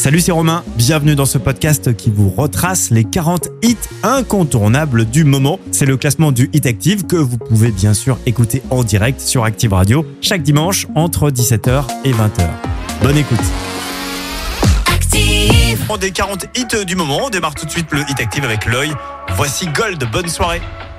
Salut, c'est Romain. Bienvenue dans ce podcast qui vous retrace les 40 hits incontournables du moment. C'est le classement du Hit Active que vous pouvez bien sûr écouter en direct sur Active Radio chaque dimanche entre 17h et 20h. Bonne écoute. Active. On des 40 hits du moment. On démarre tout de suite le Hit Active avec Loï. Voici Gold. Bonne soirée.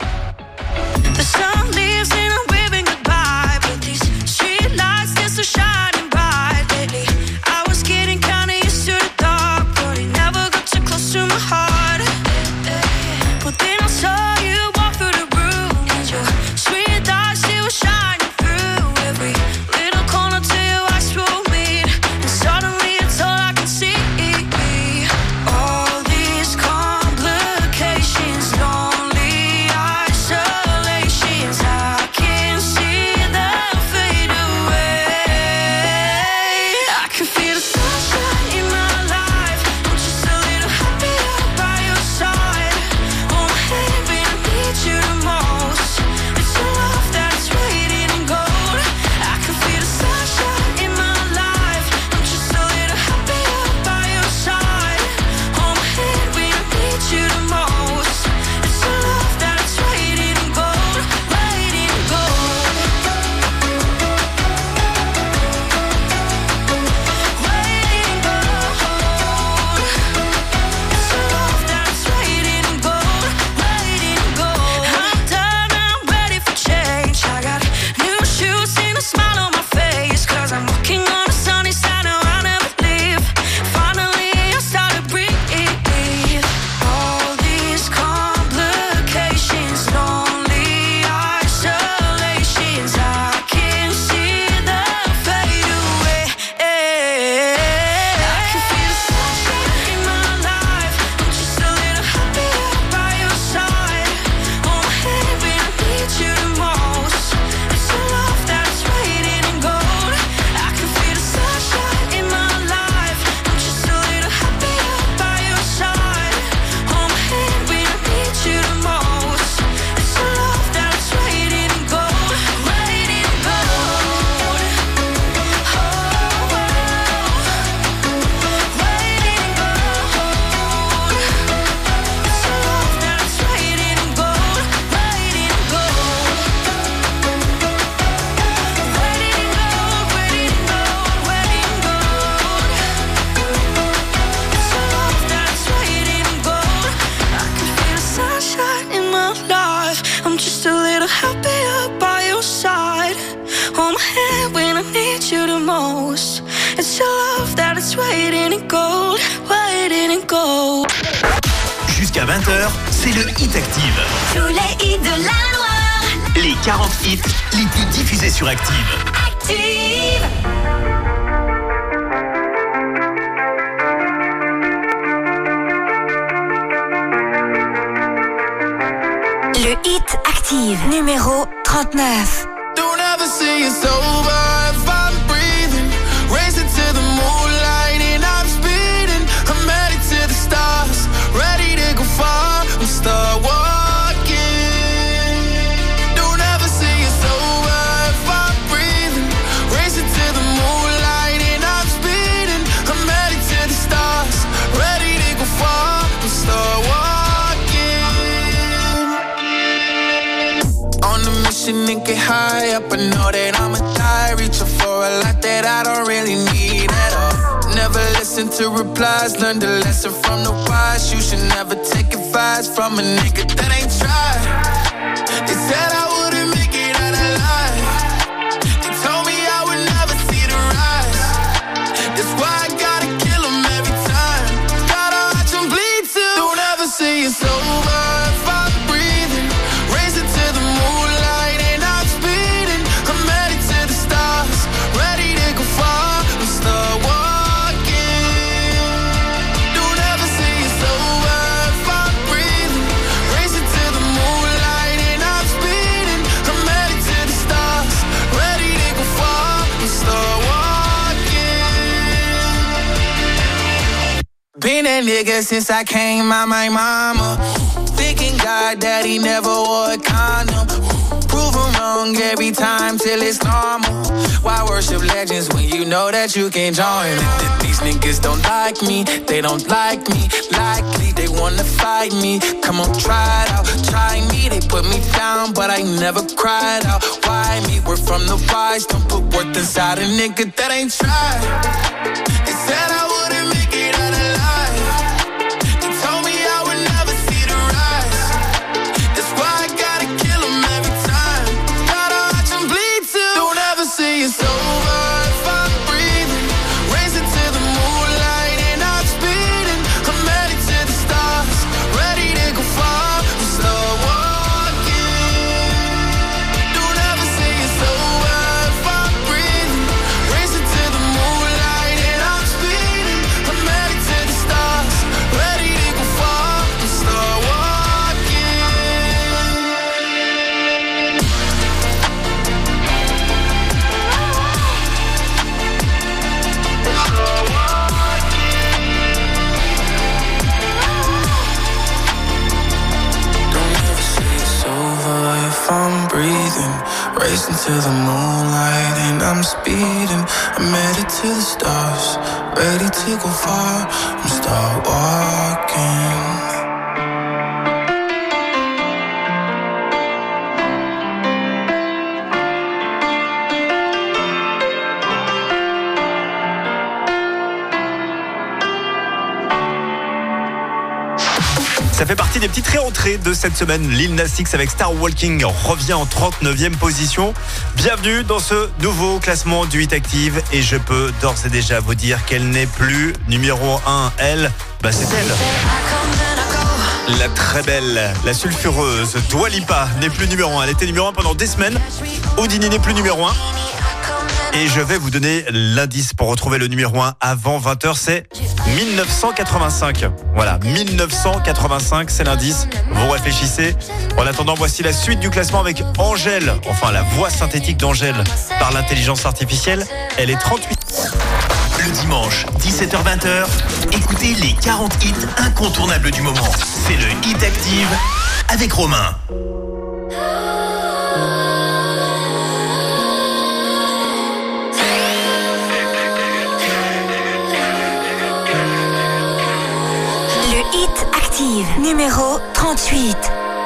Jusqu'à 20h, c'est le Hit Active. Tous les hits de la Loire. Les 40 hits les plus diffusés sur Active. Active. Le Hit Active, numéro 39. Don't ever say it's over if I'm breathing. Racing to the moonlight and I'm speeding. I'm headed to the stars, ready to go far. I'm start walking. Don't ever say it's over if I'm breathing. Racing to the moonlight and I'm speeding. I'm headed to the stars, ready to go far. I'm start walking. On a mission and get high up, I know that I'ma die. Reaching for a lot that I don't really need at all. Never listen to replies, learn the lesson from the wise. You should never take advice from a nigga that ain't tried. They said I wouldn't make it out alive. They told me I would never see the rise. That's why I gotta kill them every time. Gotta watch them bleed too. Don't ever say it's over if I'm breathing. Racing to the moonlight and I'm speeding. I'm headed to the stars, ready to go far. I'm start walking. Don't ever say it's over if I'm breathing. Racing to the moonlight and I'm speeding. I'm headed to the stars, ready to go far. I'm start walking. Been a nigga since I came out my mama. Thinking God that he never wore a condom. Prove him wrong every time till it's normal. Why worship legends when you know that you can join? These niggas don't like me, they don't like me. Likely they wanna fight me. Come on, try it out, try me. They put me down, but I never cried out. Why me? We're from the wise. Don't put worth inside a nigga that ain't tried. They said I wouldn't make it out alive. They told me I would never see the rise. That's why I gotta kill them every time. Gotta watch them bleed too. Don't ever say it's over if I'm breathing. Racing to the moonlight and I'm speeding. I'm headed to the stars, ready to go far. I'm slow walking. Don't ever say it's over if I'm breathing. Racing to the moonlight and I'm speeding. I'm headed to the stars, ready to go far. I'm slow walking. Don't ever say it's over if I'm breathing. Racing to the moonlight and I'm speeding. I'm headed to the stars, ready to go far. I'm start walking. Ça fait partie des petites réentrées de cette semaine. Lil Nas X avec Star Walking revient en 39e position. Bienvenue dans ce nouveau classement du Hit Active. Et je peux d'ores et déjà vous dire qu'elle n'est plus numéro 1. Elle, c'est elle. La très belle, la sulfureuse Dua Lipa n'est plus numéro 1. Elle était numéro 1 pendant des semaines. Houdini n'est plus numéro 1. Et je vais vous donner l'indice pour retrouver le numéro 1 avant 20h, c'est 1985. Voilà, 1985, c'est l'indice. Vous réfléchissez. En attendant, voici la suite du classement avec Angèle. Enfin, la voix synthétique d'Angèle par l'intelligence artificielle. Elle est 38. Le dimanche, 17h-20h, écoutez les 40 hits incontournables du moment. C'est le Hit Active avec Romain. Active, numéro 38.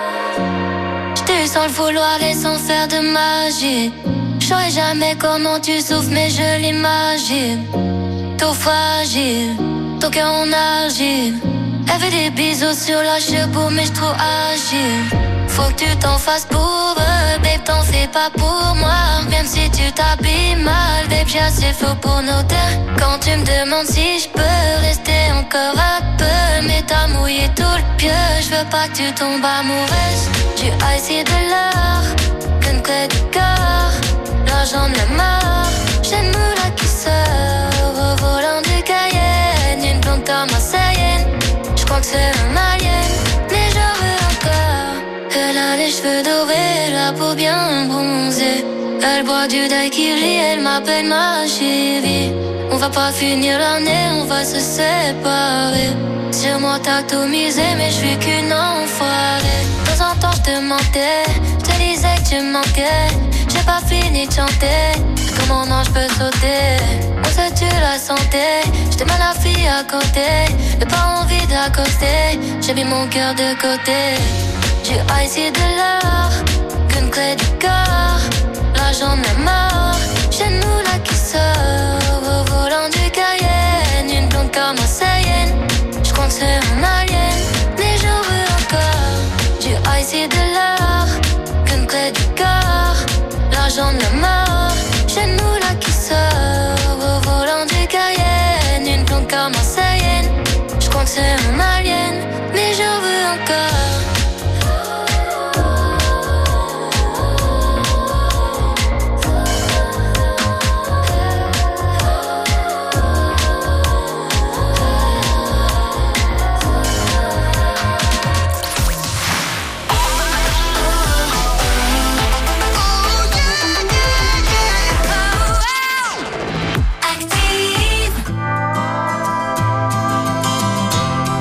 J't'ai eu sans le vouloir et sans faire de magie. J'saurais jamais comment tu souffres mais je l'imagine. Tout fragile, ton cœur en argile. Elle fait des bisous sur la cheveux mais j'trouve agile. Faut que tu t'en fasses pour eux, babe, t'en fais pas pour moi. Même si tu t'habilles mal, babe, j'ai assez faux pour nos deux. Quand tu me demandes si je peux rester encore un peu, mais t'as mouillé tout le pieu, je veux pas que tu tombes amoureuse. Du ice et de l'or, qu'une clé du corps. Là j'en ai marre, j'ai une moula qui sort au volant du Cayenne. Une blonde comme Marseillenne, je crois que c'est un alien, mais j'en veux encore. Elle a les cheveux dorés, la peau bien bronzée. Elle boit du daiquiri, elle m'appelle ma chérie. On va pas finir l'année, on va se séparer. Sur moi t'as tout misé, mais je suis qu'une enfoirée. De temps en temps je te mentais, je te disais que tu me manquais. J'ai pas fini de chanter, comment non je peux sauter. On se tue la santé, j'étais mal la fille à côté. J'ai pas envie d'accoster, j'ai mis mon cœur de côté. Du ice et de l'or, qu'une clé du corps. Là j'en ai marre, j'ai une moula qui sort au volant du Cayenne. Une blonde comme Marseillenne, je crois que c'est un alien, mais j'en veux encore. Du ice et de l'or, qu'une clé du corps. Là j'en ai marre, j'ai une moula qui sort au volant du Cayenne. Une blonde comme Marseillenne, je crois que c'est un alien, mais j'en veux encore.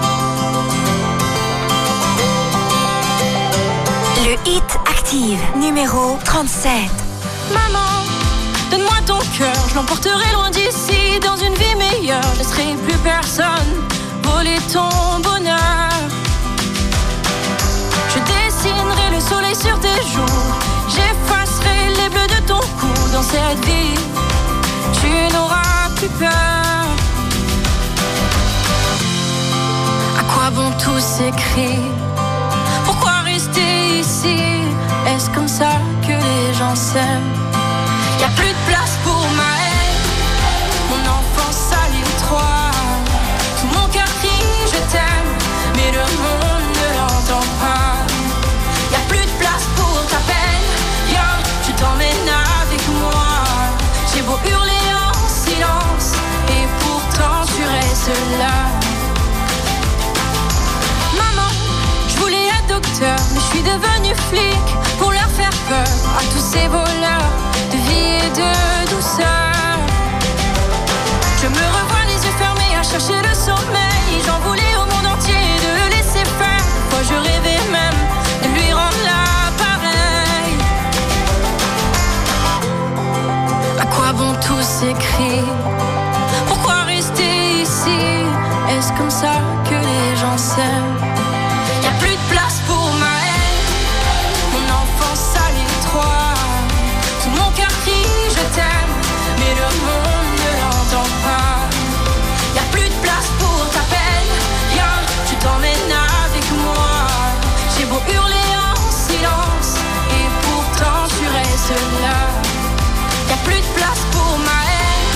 Hit Active, numéro numéro 37. Maman, donne-moi ton cœur, je l'emporterai loin d'ici, dans une vie meilleure. Je laisserai plus personne voler ton bonheur. Je dessinerai le soleil sur tes joues, j'effacerai les bleus de ton cou. Dans cette vie, tu n'auras plus peur. À quoi bon tous ces cris? Pourquoi rester ici? Est-ce comme ça que les gens s'aiment? Y'a plus de place pour ma haine, mon enfance à l'I3. Tout mon cœur crie je t'aime, mais le monde ne l'entend pas. Y'a plus de place pour ta peine, yo, je t'emmène avec moi. J'ai beau hurler en silence, et pourtant tu restes là. Maman, je voulais être docteur, mais je suis devenue flic pour leur faire peur à tous ces voleurs de vie et de douceur. Je me revois les yeux fermés à chercher le sommeil. J'en voulais au monde entier de le laisser faire. Moi je rêvais même de lui rendre l'appareil. À quoi bon tous ces cris? Pourquoi rester ici? Est-ce comme ça que les gens s'aiment? Y'a plus de place pour ma haine, mon enfance à l'I3. Tout mon cœur crie je t'aime, mais le monde ne l'entend pas. Y'a plus de place pour ta peine, yo, je t'emmène avec moi. J'ai beau hurler en silence, et pourtant tu restes là. Y'a plus de place pour ma haine,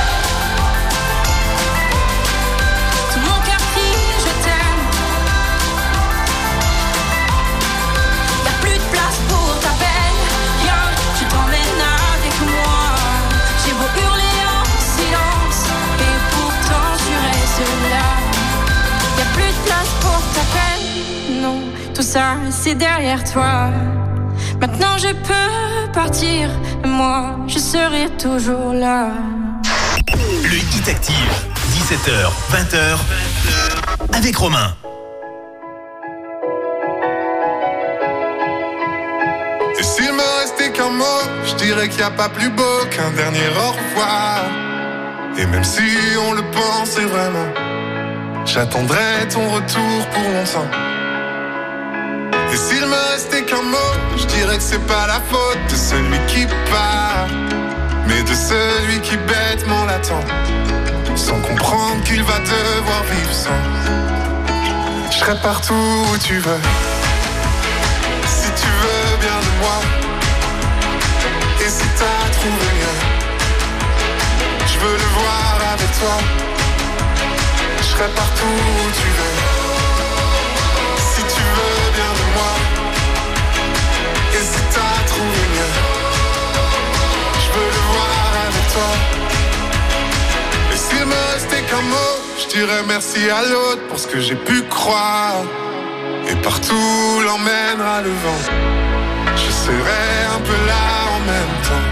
tout mon cœur crie je t'aime. Y'a plus de place pour ta peine, yo, je t'emmène avec moi. J'ai beau hurler en silence, et pourtant tu restes là. Y'a plus de place pour ta peine, non, tout ça c'est derrière toi. Maintenant je peux partir, moi je serai toujours là. Le Hit Active, 17h, 20h, avec Romain. Et s'il me restait qu'un mot, je dirais qu'il n'y a pas plus beau qu'un dernier au revoir. Et même si on le pensait vraiment, j'attendrai ton retour pour longtemps. Et s'il me restait qu'un mot, je dirais que c'est pas la faute de celui qui part, mais de celui qui bêtement l'attend, sans comprendre qu'il va devoir vivre sans. Je serai partout où tu veux, si tu veux bien de moi. Et si t'as trouvé mieux, je veux le voir avec toi. Je serai partout où tu veux, si tu veux bien de moi. Et si t'as trouvé mieux, je veux le voir avec toi. Et s'il me restait qu'un mot, je dirais merci à l'autre pour ce que j'ai pu croire. Et partout l'emmènera le vent, je serai un peu là en même temps.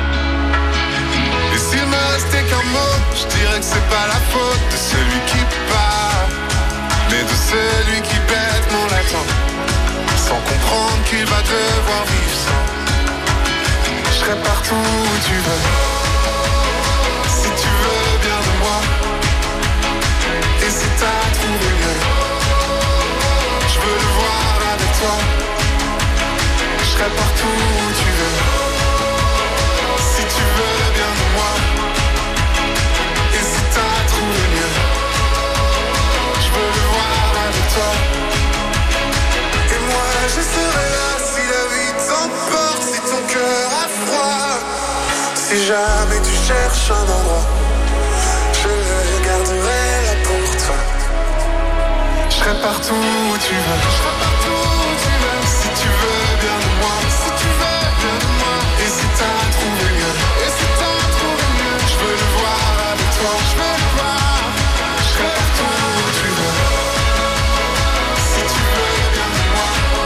Et s'il me restait qu'un mot, je dirais que c'est pas la faute de celui qui part, mais de celui qui bêtement l'attend, sans comprendre qu'il va devoir vivre sans. Je serai partout où tu veux, si tu veux bien de moi. Et si t'as trouvé mieux, je veux le voir avec toi. Je serai partout où tu veux, si tu veux bien de moi. Et si t'as trouvé mieux, je veux le voir avec toi. Et moi je serai là si la vie t'emporte, si ton cœur a froid. Si jamais tu cherches un endroit, je le garderai là pour toi. Je serai partout où tu veux, je serai partout où tu veux. Si tu veux bien de moi, si tu veux bien de moi. Et si t'as trouvé mieux, et si t'as trouvé mieux, je veux le voir avec toi, je veux le voir. Je serai partout où tu veux, si tu veux bien de moi.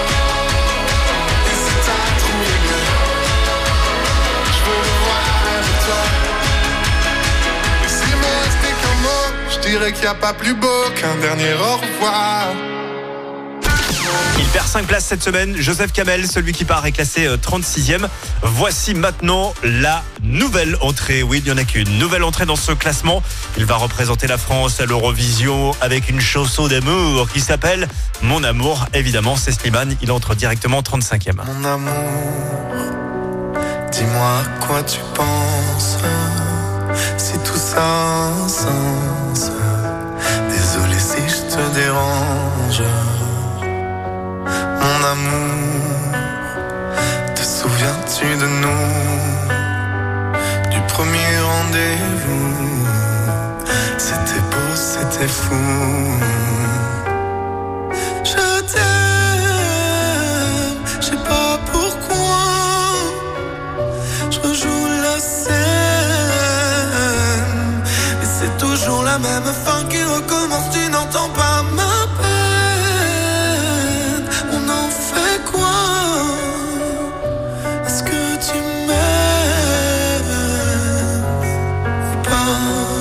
Et si t'as trouvé mieux, je veux le voir avec toi. Et s'il me restait qu'un mot, je dirais qu'il n'y a pas plus beau qu'un dernier au revoir. Il perd 5 places cette semaine. Joseph Kamel, celui qui part, est classé 36e. Voici maintenant la nouvelle entrée. Oui, il n'y en a qu'une nouvelle entrée dans ce classement. Il va représenter la France à l'Eurovision avec une chanson d'amour qui s'appelle Mon amour. Évidemment, c'est Slimane. Il entre directement 35e. Mon amour, dis-moi à quoi tu penses. Si tout ça a un sens. Désolé si je te dérange. Mon amour, te souviens-tu de nous, du premier rendez-vous? C'était beau, c'était fou. Je t'aime, je sais pas pourquoi. Je rejoue la scène, mais c'est toujours la même fin qui recommence. Tu n'entends pas ma peine. Est-ce que tu m'aimes ou pas?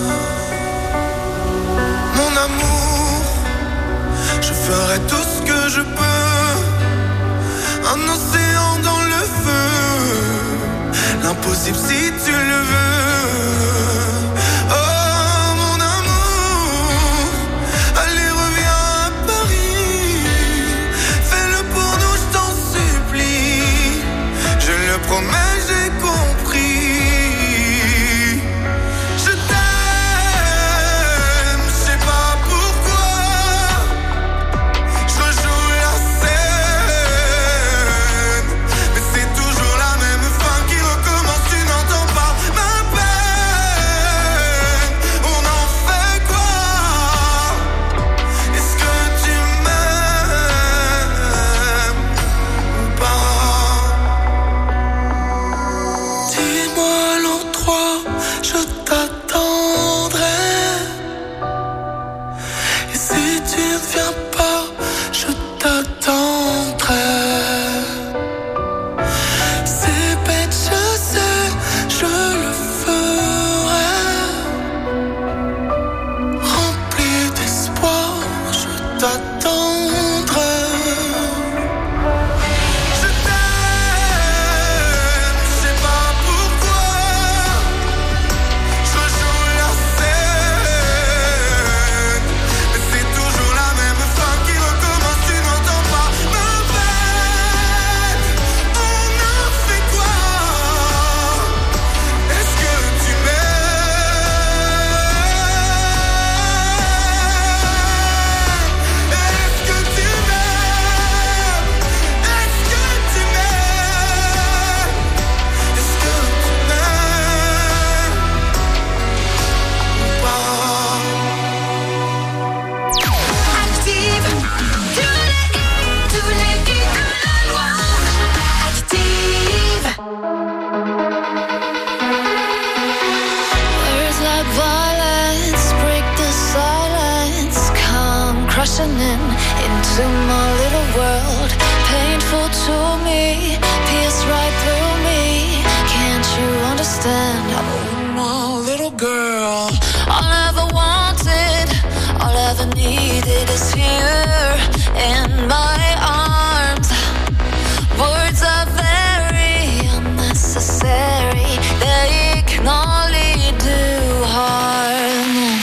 Mon amour, je ferai tout ce que je peux. Un océan dans le feu, l'impossible si tu le veux. Oh mon amour, allez reviens à Paris. Fais-le pour nous, je t'en supplie. Je le promets, j'ai compris. Je t'aime, je sais pas pourquoi. Je rejoue la scène, mais c'est toujours la même fin qui recommence. Tu n'entends pas ma peine. On en fait quoi? Est-ce que tu m'aimes ou pas? Dis-moi l'endroit, je t'attendrai. Et si tu ne viens pas, je t'attendrai. C'est bête, je sais, je le ferai. Rempli d'espoir, je t'attendrai. Je t'aime, je sais pas pourquoi. Je rejoue la scène, mais c'est toujours la même fin qui recommence. Tu n'entends pas ma peine. On a fait quoi? Est-ce que tu m'aimes? Est-ce que tu m'aimes? Est-ce que tu m'aimes? Est-ce que tu m'aimes ou pas? Active, tous les hits de la Loire. Active. Words like violence break the silence, come crushing into my little world. Painful to me, pierce right through me. Can't you understand? Oh, my little girl. All I ever wanted, all I ever needed is here in my arms. Words are very unnecessary, they can only do harm.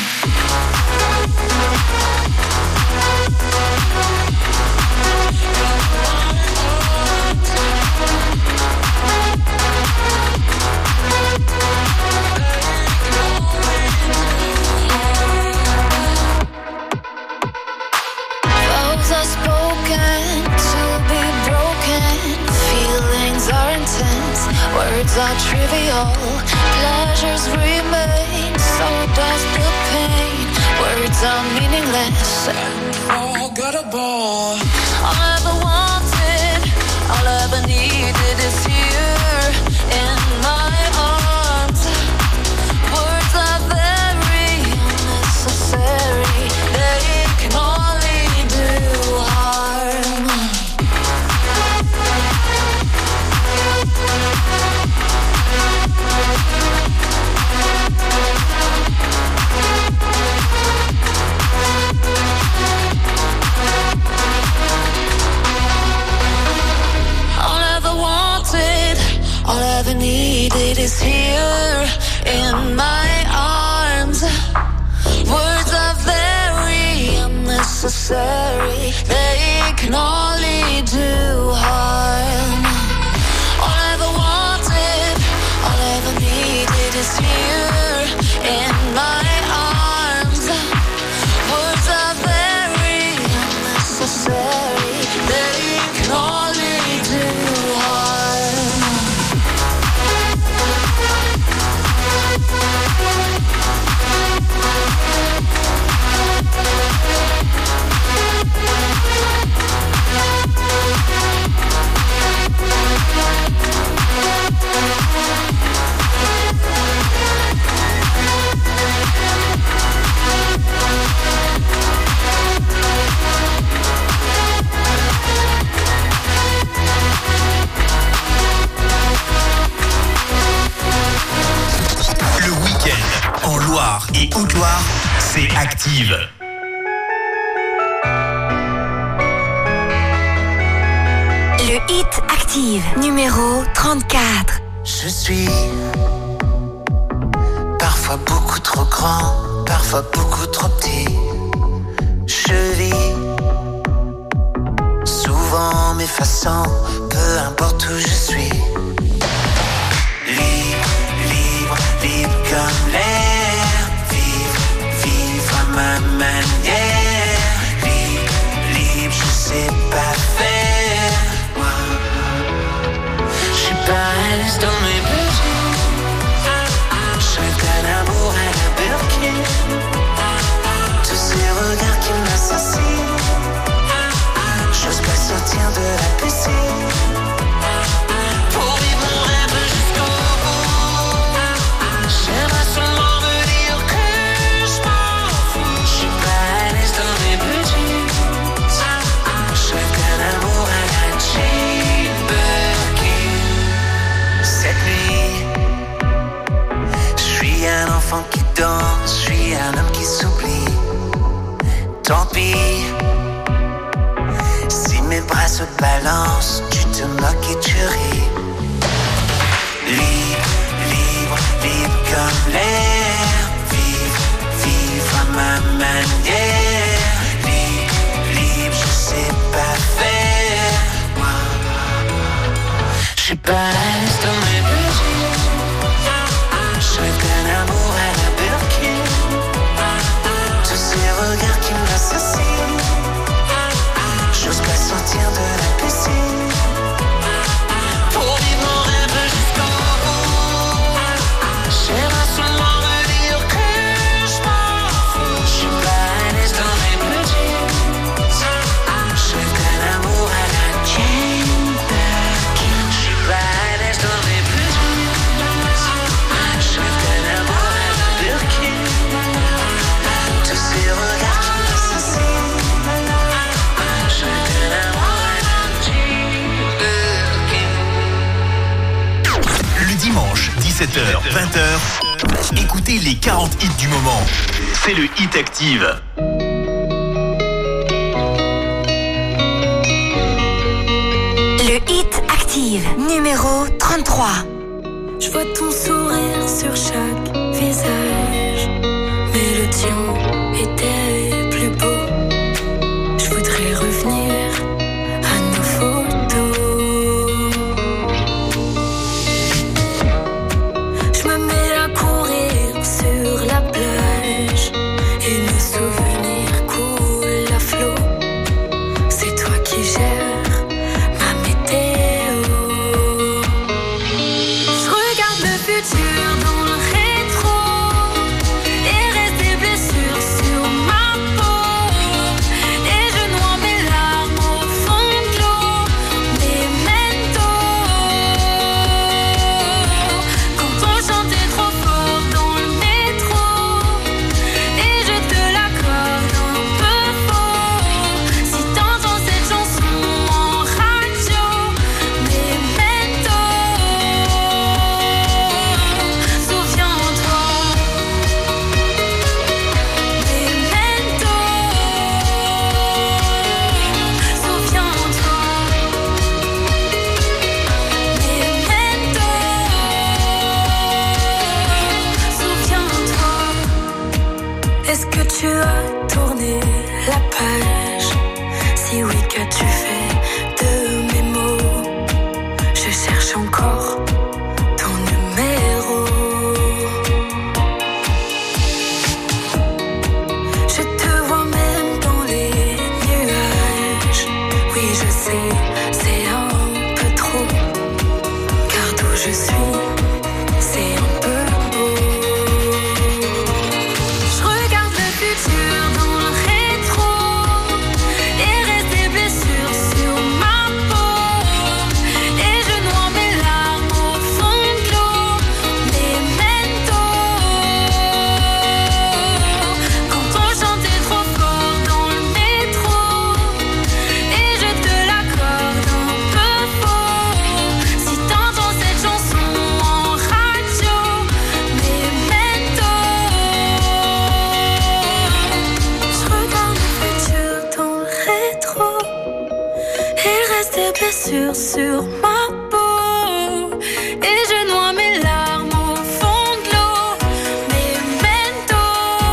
Vows are spoken to be broken. Feelings are intense, words are trivial. Pleasures remain, so does the pain. Words are meaningless and forgettable. All I ever wanted, all I ever needed is here in my arms. Words are very unnecessary, they can only do harm. unnecessary. They can only do harm. All I ever wanted, all I ever needed is here in my arms. Words are very unnecessary. They can only do harm. Le week-end, en Loire et Haute-Loire, c'est Active. Le hit Active, numéro 34. Je suis parfois beaucoup trop grand, parfois beaucoup trop petit. Je vis souvent m'effaçant, peu importe où je suis. Libre, libre, libre comme l'air. Vivre, vivre à ma manière. Libre, libre, je sais pas faire. Moi, je suis pas à l'aise dans mes besoins. Je rêve d'un amour à la Birkin. Tous ces regards qui m'assassinent. J'ose pas sortir de la piscine. Pour vivre mon rêve jusqu'au bout. J'aimerais seulement me dire que je m'en fous. Je suis pas à l'aise dans mes petits. Je rêve d'un amour à la Jane Birkin. Cette nuit, je suis un enfant qui danse, je suis un homme qui s'oublie. Tant pis, si mes bras se balancent, tu te moques et tu ris. Libre, libre, libre comme l'air. Vivre, vivre à ma manière. Libre, libre, je sais pas faire. Moi, je suis pas à l'aise dans mes besoins. Je rêve d'un amour à la Birkin. Tous ces regards qui m'assassinent. J'ose pas sortir de la piscine. Pour vivre mon rêve jusqu'au bout. J'aimerais seulement me dire que je m'en fous. Je suis pas à l'aise dans mes petits. Je rêve d'un amour à la Jane Birkin. Je suis pas à l'aise dans mes petits. Je rêve d'un amour à la Birkin. Tous ces regards qui m'assassinent. Je rêve d'un amour à la Jane Birkin. Le dimanche, 17h, 20h, écoutez les 40 hits du moment. C'est le Hit Active. Le hit Active, numéro 33. Je vois ton sourire sur chaque visage, mais le tien était plus beau. Je voudrais revenir à nos photos. Je me mets à courir sur la plage et nos souvenirs coulent à flot. C'est toi qui gères ma météo. Je regarde le futur dans le rétro et reste des blessures blessures sur ma peau et je noie mes larmes au fond de l'eau. Memento,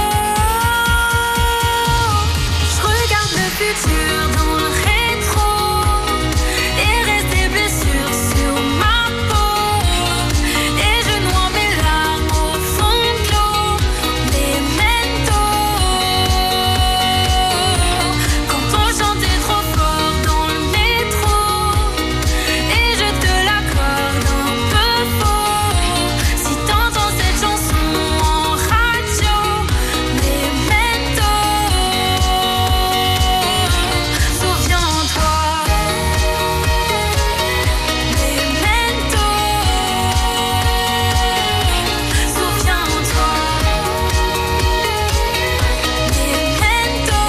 je regarde le futur dans le rétro et reste des blessures sur ma peau et je noie mes larmes au fond de l'eau. Memento, quand on chantait trop fort dans le métro et je te l'accorde un peu faux. Si t'entends cette chanson en radio, Memento, souviens-toi. Memento, souviens-toi. Memento,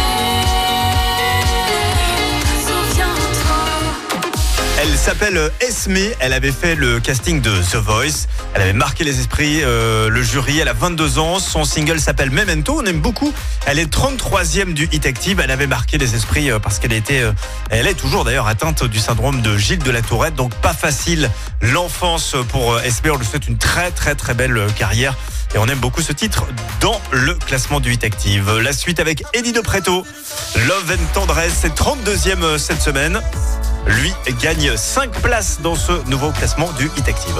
souviens-toi. Elle s'appelle Esme, elle avait fait le casting de The Voice, elle avait marqué les esprits, le jury, elle a 22 ans, son single s'appelle Memento, on aime beaucoup, elle est 33e du Hit Active, elle avait marqué les esprits parce qu'elle elle est toujours d'ailleurs atteinte du syndrome de Gilles de la Tourette, donc pas facile l'enfance pour Esme, on lui souhaite une très très très belle carrière et on aime beaucoup ce titre dans le classement du Hit Active. La suite avec Eddie De Pretto, Love and Tendresse, c'est 32e cette semaine. Lui gagne 5 places dans ce nouveau classement du Hit Active.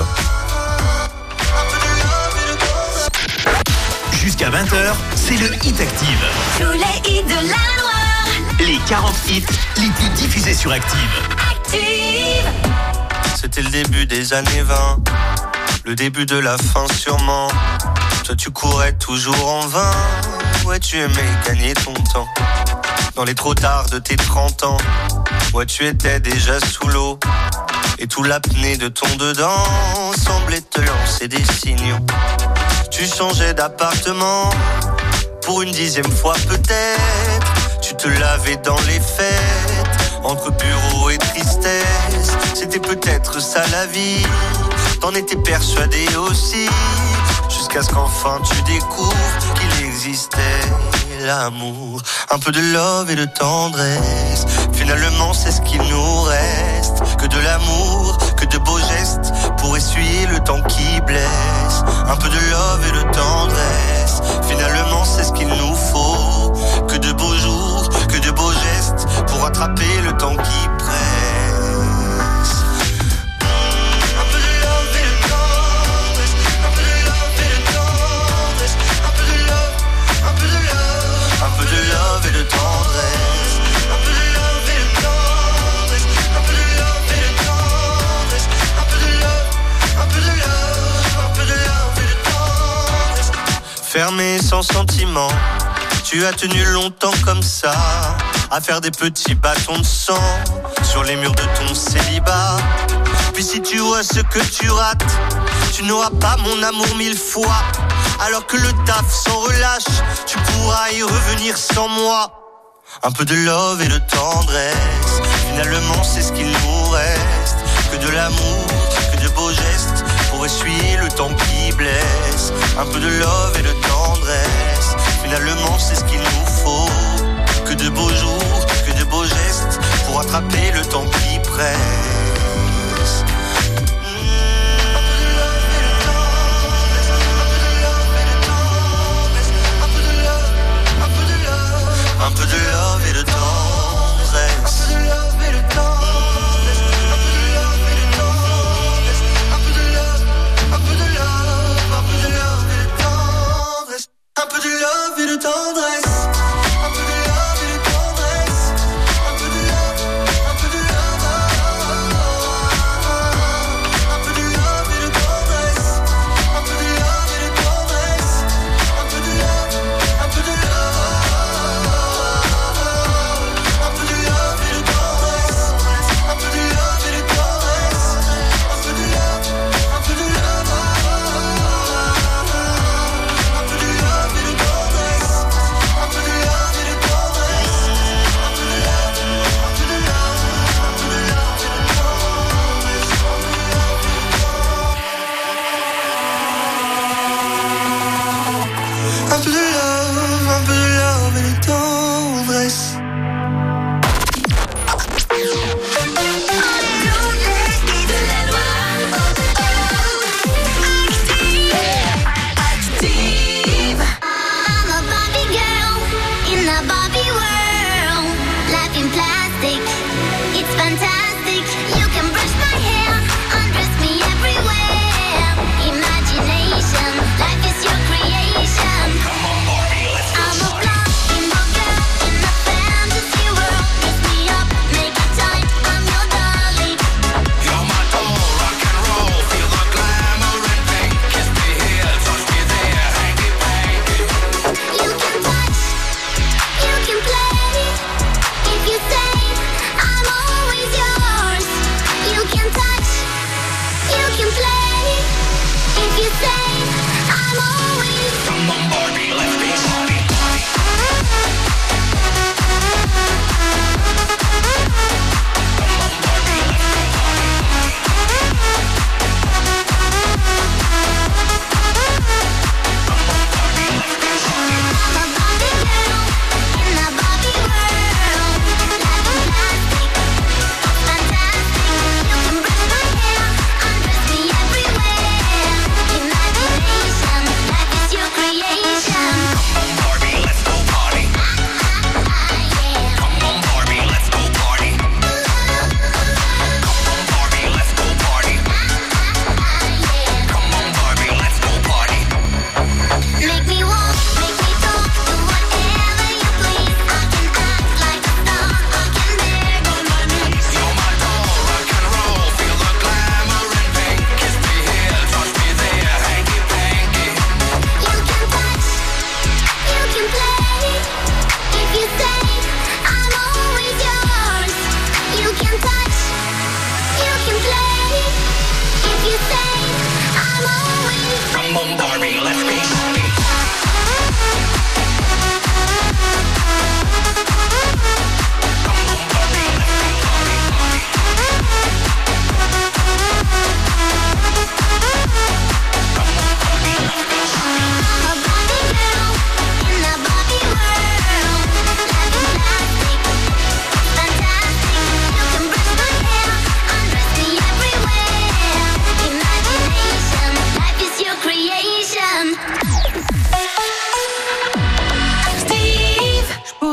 Jusqu'à 20h, c'est le Hit Active. Tous les hits de la Loire. Les 40 hits les plus diffusés sur Active. Active. C'était le début des années 20, le début de la fin sûrement. Toi tu courais toujours en vain, ouais tu aimais gagner ton temps. Dans les trop tard de tes 30 ans, ouais tu étais déjà sous l'eau. Et tout l'apnée de ton dedans semblait te lancer des signaux. Tu changeais d'appartement, pour une 10e fois peut-être. Tu te lavais dans les fêtes, entre bureau et tristesse. C'était peut-être ça la vie, t'en étais persuadé aussi. Jusqu'à ce qu'enfin tu découvres qu'il existait l'amour. Un peu de love et de tendresse, finalement c'est ce qu'il nous reste. Que de l'amour, que de beaux gestes, pour essuyer le temps qui blesse. Un peu de love et de tendresse, finalement c'est ce qu'il nous faut. Que de beaux jours, que de beaux gestes, pour rattraper le temps qui presse. Un peu de love et de tendresse, un peu de love et de tendresse, un peu de love, un peu de love, un peu de love et de tendresse, un peu de love et de tendresse, un peu de love et de tendresse, un peu de love, un peu de love, un peu de love et de tendresse. Fermé sans sentiment, tu as tenu longtemps comme ça, à faire des petits bâtons de sang sur les murs de ton célibat. Puis si tu vois ce que tu rates, tu n'auras pas mon amour 1000 fois. Alors que le taf s'en relâche, tu pourras y revenir sans moi. Un peu de love et de tendresse, finalement c'est ce qu'il nous reste. Que de l'amour, que de beaux gestes, pour essuyer le temps qui blesse. Un peu de love et de tendresse, finalement c'est ce qu'il nous faut. Que de beaux jours, que de beaux gestes, pour attraper le temps qui presse. Un peu de love et de tendresse, un peu de love et de tendresse, un peu de love et de tendresse, un peu de love, un peu de love, un peu de love et de tendresse, un peu de love et de tendresse, un peu de love et de tendresse, un peu de love, un peu de love.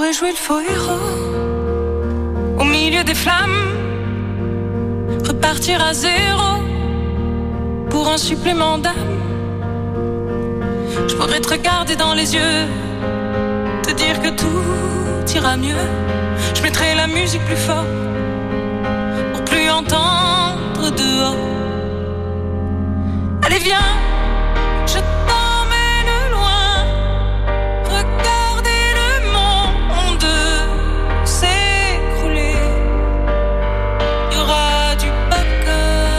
pourrais jouer le faux héros au milieu des flammes, repartir à zéro pour un supplément d'âme. Je pourrais te regarder dans les yeux, te dire que tout ira mieux. Je mettrai la musique plus fort pour plus entendre dehors. Allez viens, je t'emmène loin, regarder le monde s'écrouler. Il y aura du popcorn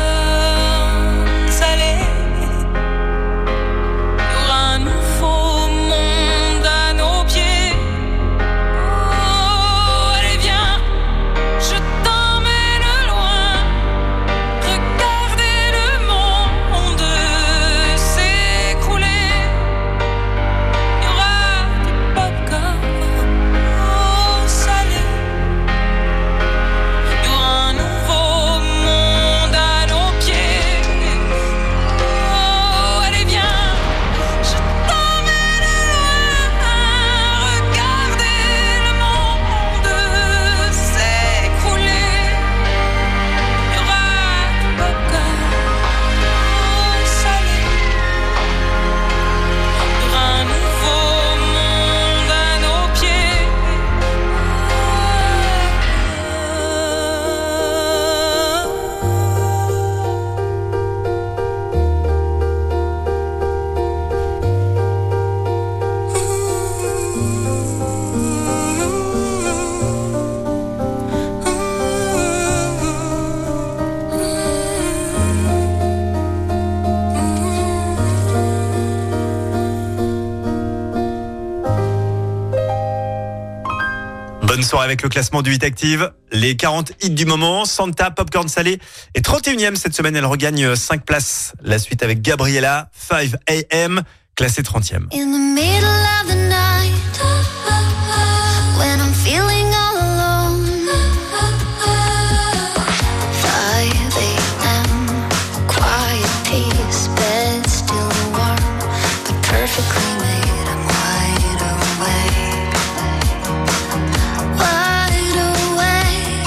salé, il y aura un nouveau monde à nos pieds. Oh, allez viens, je t'emmène loin, regarder le monde s'écrouler. Il y aura du popcorn salé, il y aura un nouveau monde à nos pieds. Oh, allez viens, je t'emmène loin, regarder le monde s'écrouler. Il y aura du popcorn salé, il y aura un nouveau monde à nos pieds. Bonne soirée avec le classement du Hit Active. Les 40 hits du moment. Santa, Popcorn Salé est 31e cette semaine. Elle regagne 5 places. La suite avec Gabriella, 5 AM, classée 30e. In the middle of the night, when I'm feeling all alone, 5 a.m., quiet peace, bed still warm, but perfectly made. I'm wide awake, wide awake.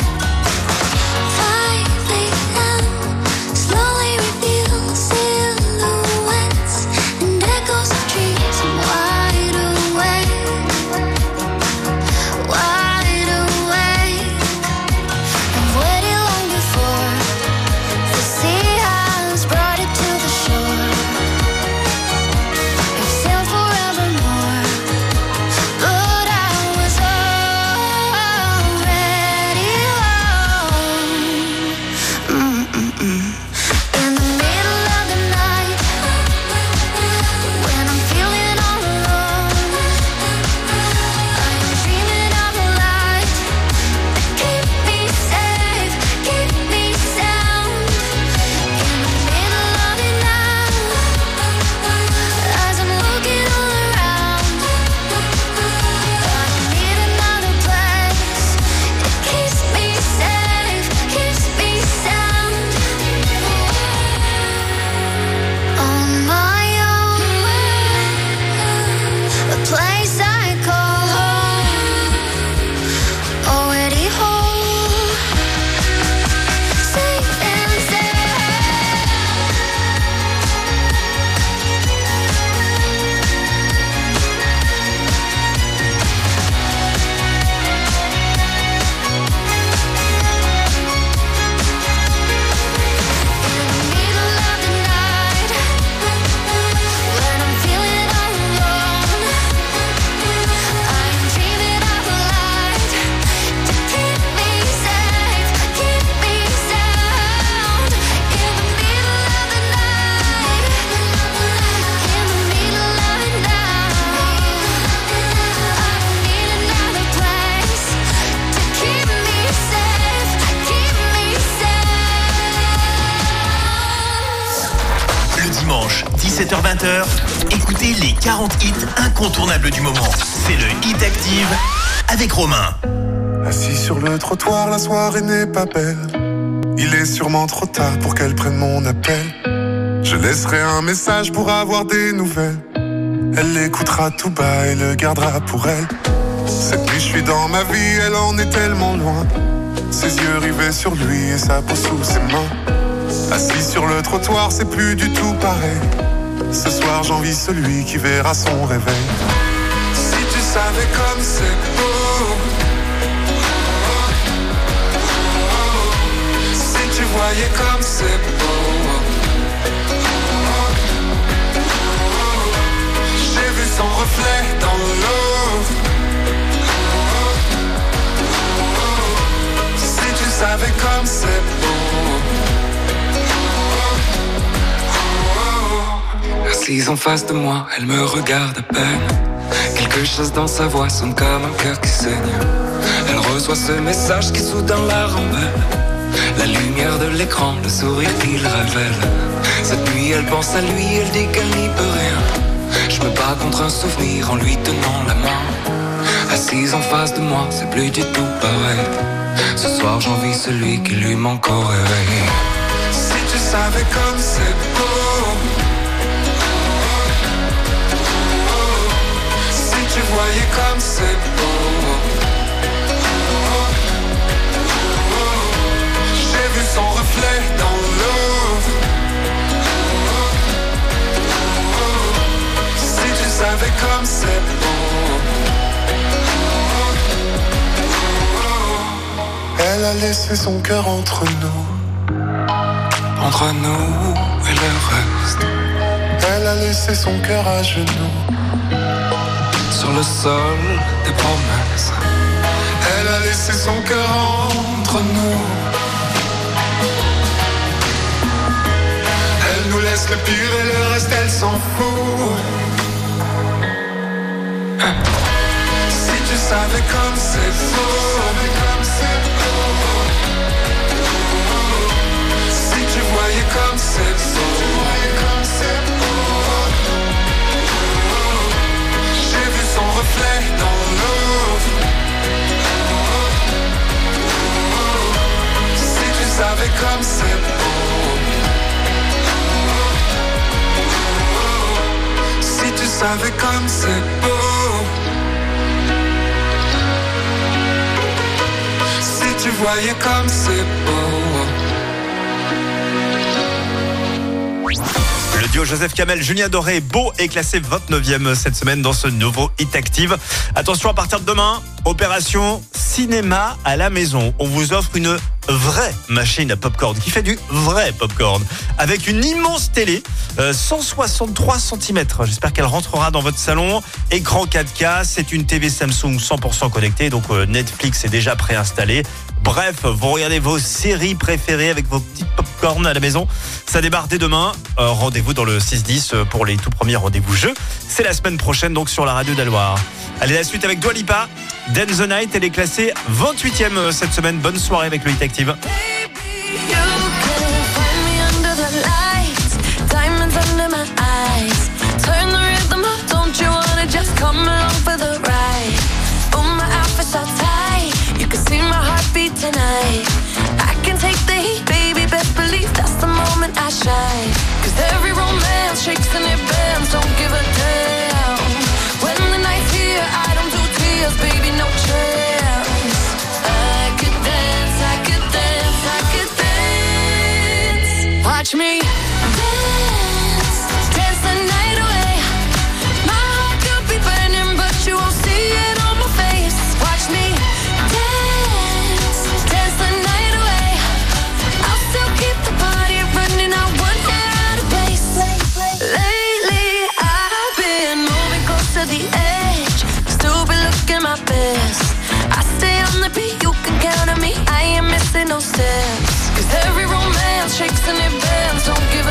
5 a.m., slowly reveal silhouettes and echoes of dreams. I'm wide awake, wide awake. I've waited long before. The sea has brought it to the shore. We've sailed forevermore, but I was already home. In the middle of the night, when I'm feeling all alone, I am dreaming of a light that keep me safe, keep me sound. In the middle of it now, as I'm looking all around, I need another place. It keeps me safe, keeps me sound. On my own, a place I call home, already home, safe and middle of the night, when I'm feeling all alone, I'm dreaming of a light to keep me safe, keep me sound. In the middle of the night, in the middle of it now, I need another place to keep me safe, keep me safe. Le dimanche, 17h-20h, écoutez les 40 hits incontournables du moment. C'est le Hit Active avec Romain. Assis sur le trottoir, la soirée n'est pas belle. Il est sûrement trop tard pour qu'elle prenne mon appel. Je laisserai un message pour avoir des nouvelles. Elle l'écoutera tout bas et le gardera pour elle. Cette nuit suis dans ma vie, elle en est tellement loin. Ses yeux rivés sur lui et sa peau sous ses mains. Assis sur le trottoir, c'est plus du tout pareil. Ce soir j'envie celui qui verra son réveil. Si tu savais comme c'est beau, si tu voyais comme c'est beau. J'ai vu son reflet dans l'eau. Si tu savais comme c'est beau. Assise en face de moi, elle me regarde à peine. Quelque chose dans sa voix sonne comme un cœur qui saigne. Elle reçoit ce message qui soudain la rend belle. La lumière de l'écran, le sourire qu'il révèle. Cette nuit elle pense à lui, elle dit qu'elle n'y peut rien. Je me bats contre un souvenir en lui tenant la main. Assise en face de moi, c'est plus du tout pareil. Ce soir j'envie celui qui lui manque au réveil. Si tu savais comme c'est beau. Si tu voyais comme c'est beau. J'ai vu son reflet dans l'eau. Si tu savais comme c'est beau. Elle a laissé son cœur entre nous. Entre nous et le reste. Elle a laissé son cœur à genoux. Sur le sol des promesses. Elle a laissé son cœur entre nous. Elle nous laisse le pire et le reste elle s'en fout. Si tu savais comme c'est beau. Si tu voyais comme c'est beau. J'ai vu son reflet dans l'eau. Si tu savais comme c'est beau. Si tu savais comme c'est beau. Si tu voyais comme c'est beau. Le duo Joseph Kamel, Julien Doré, Beau est classé 29e cette semaine dans ce nouveau Hit Active. Attention, à partir de demain, opération cinéma à la maison. On vous offre une vraie machine à popcorn qui fait du vrai popcorn avec une immense télé, 163 cm. J'espère qu'elle rentrera dans votre salon. Écran 4K, c'est une TV Samsung 100% connectée, donc Netflix est déjà préinstallé. Bref, vous regardez vos séries préférées avec vos petites popcorn à la maison. Ça débarque dès demain. Rendez-vous dans le 6-10 pour les tout premiers rendez-vous jeux. C'est la semaine prochaine, donc sur la radio d'Aloire. Allez, la suite avec Dua Lipa. Dance the Night, elle est classée 28e cette semaine. Bonne soirée avec le Hit Active. Tonight, I can take the heat, baby. Best believe that's the moment I shine. 'Cause every romance shakes and it bends. Don't give a damn. When the night's here, I don't do tears, baby. No chance. I could dance, I could dance, I could dance. Watch me dance, dance the night away. My heart could be burning, but you won't see it on my face. Watch me. The edge, still be looking my best. I stay on the beat, you can count on me. I ain't missing no steps. 'Cause every romance shakes and it bends. Don't give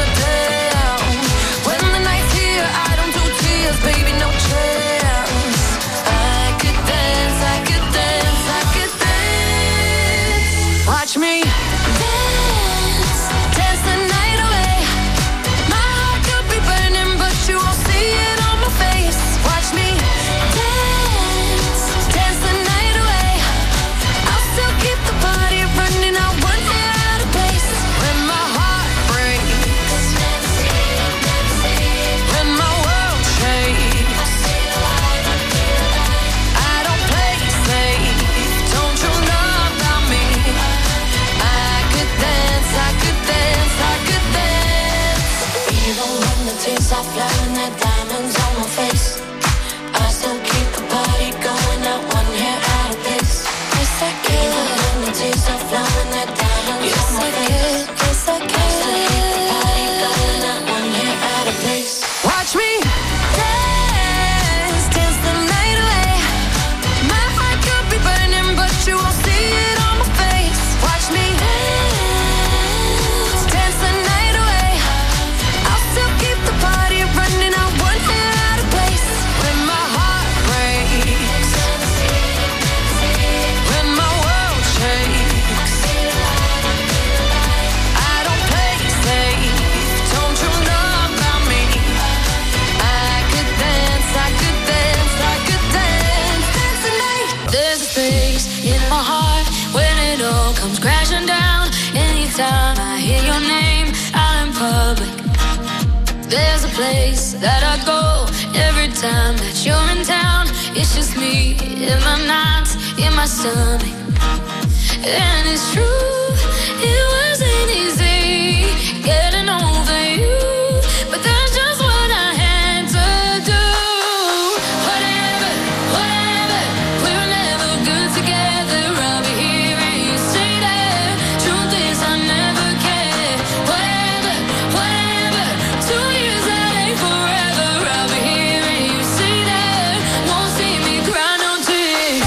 place that I go. Every time that you're in town, it's just me in my nights, in my stomach. And it's true, it wasn't easy getting over you, but that's just what I had to do. Whatever, whatever, we were never good together. I'll be here and you say that. Truth is I never cared. Whatever, whatever, 2 years that ain't forever. I'll be here and you say that. Won't see me cry no tears.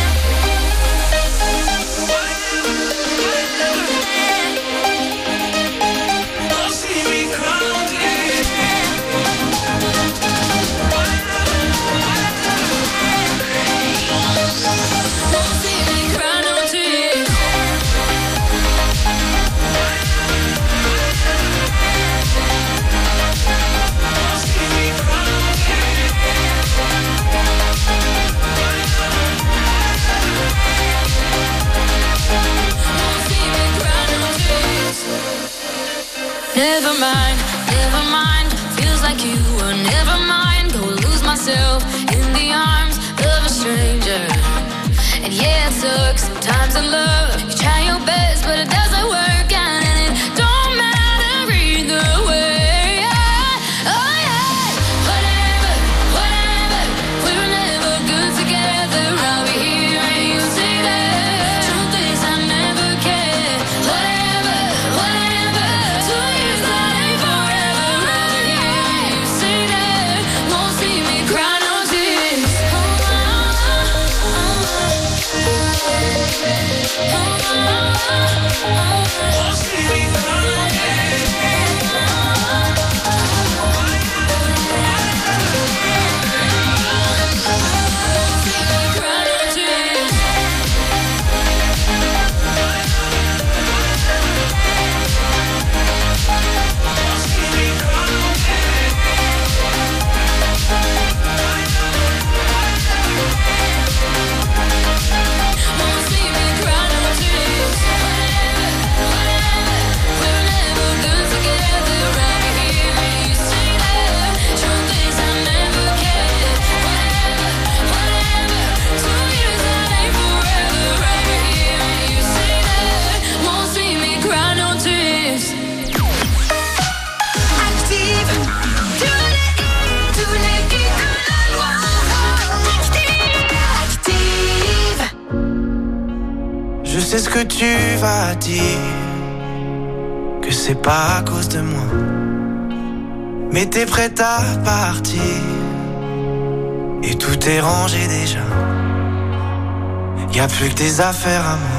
Never mind, feels like you were never mind. Go lose myself in the arms of a stranger. And yeah, it sucks sometimes in love. You try your best, but it doesn't work out, and it don't matter either way. Oh yeah, whatever, whatever, we were never good together. I'll be here and you say that. Truth is I never cared. Whatever, whatever, 2 years that ain't forever. I'll be here and you say that. Won't see me cry no tears. Je sais ce que tu vas dire, que c'est pas à cause de moi, mais t'es prête à partir, et tout est rangé déjà. Y'a plus que tes affaires à moi.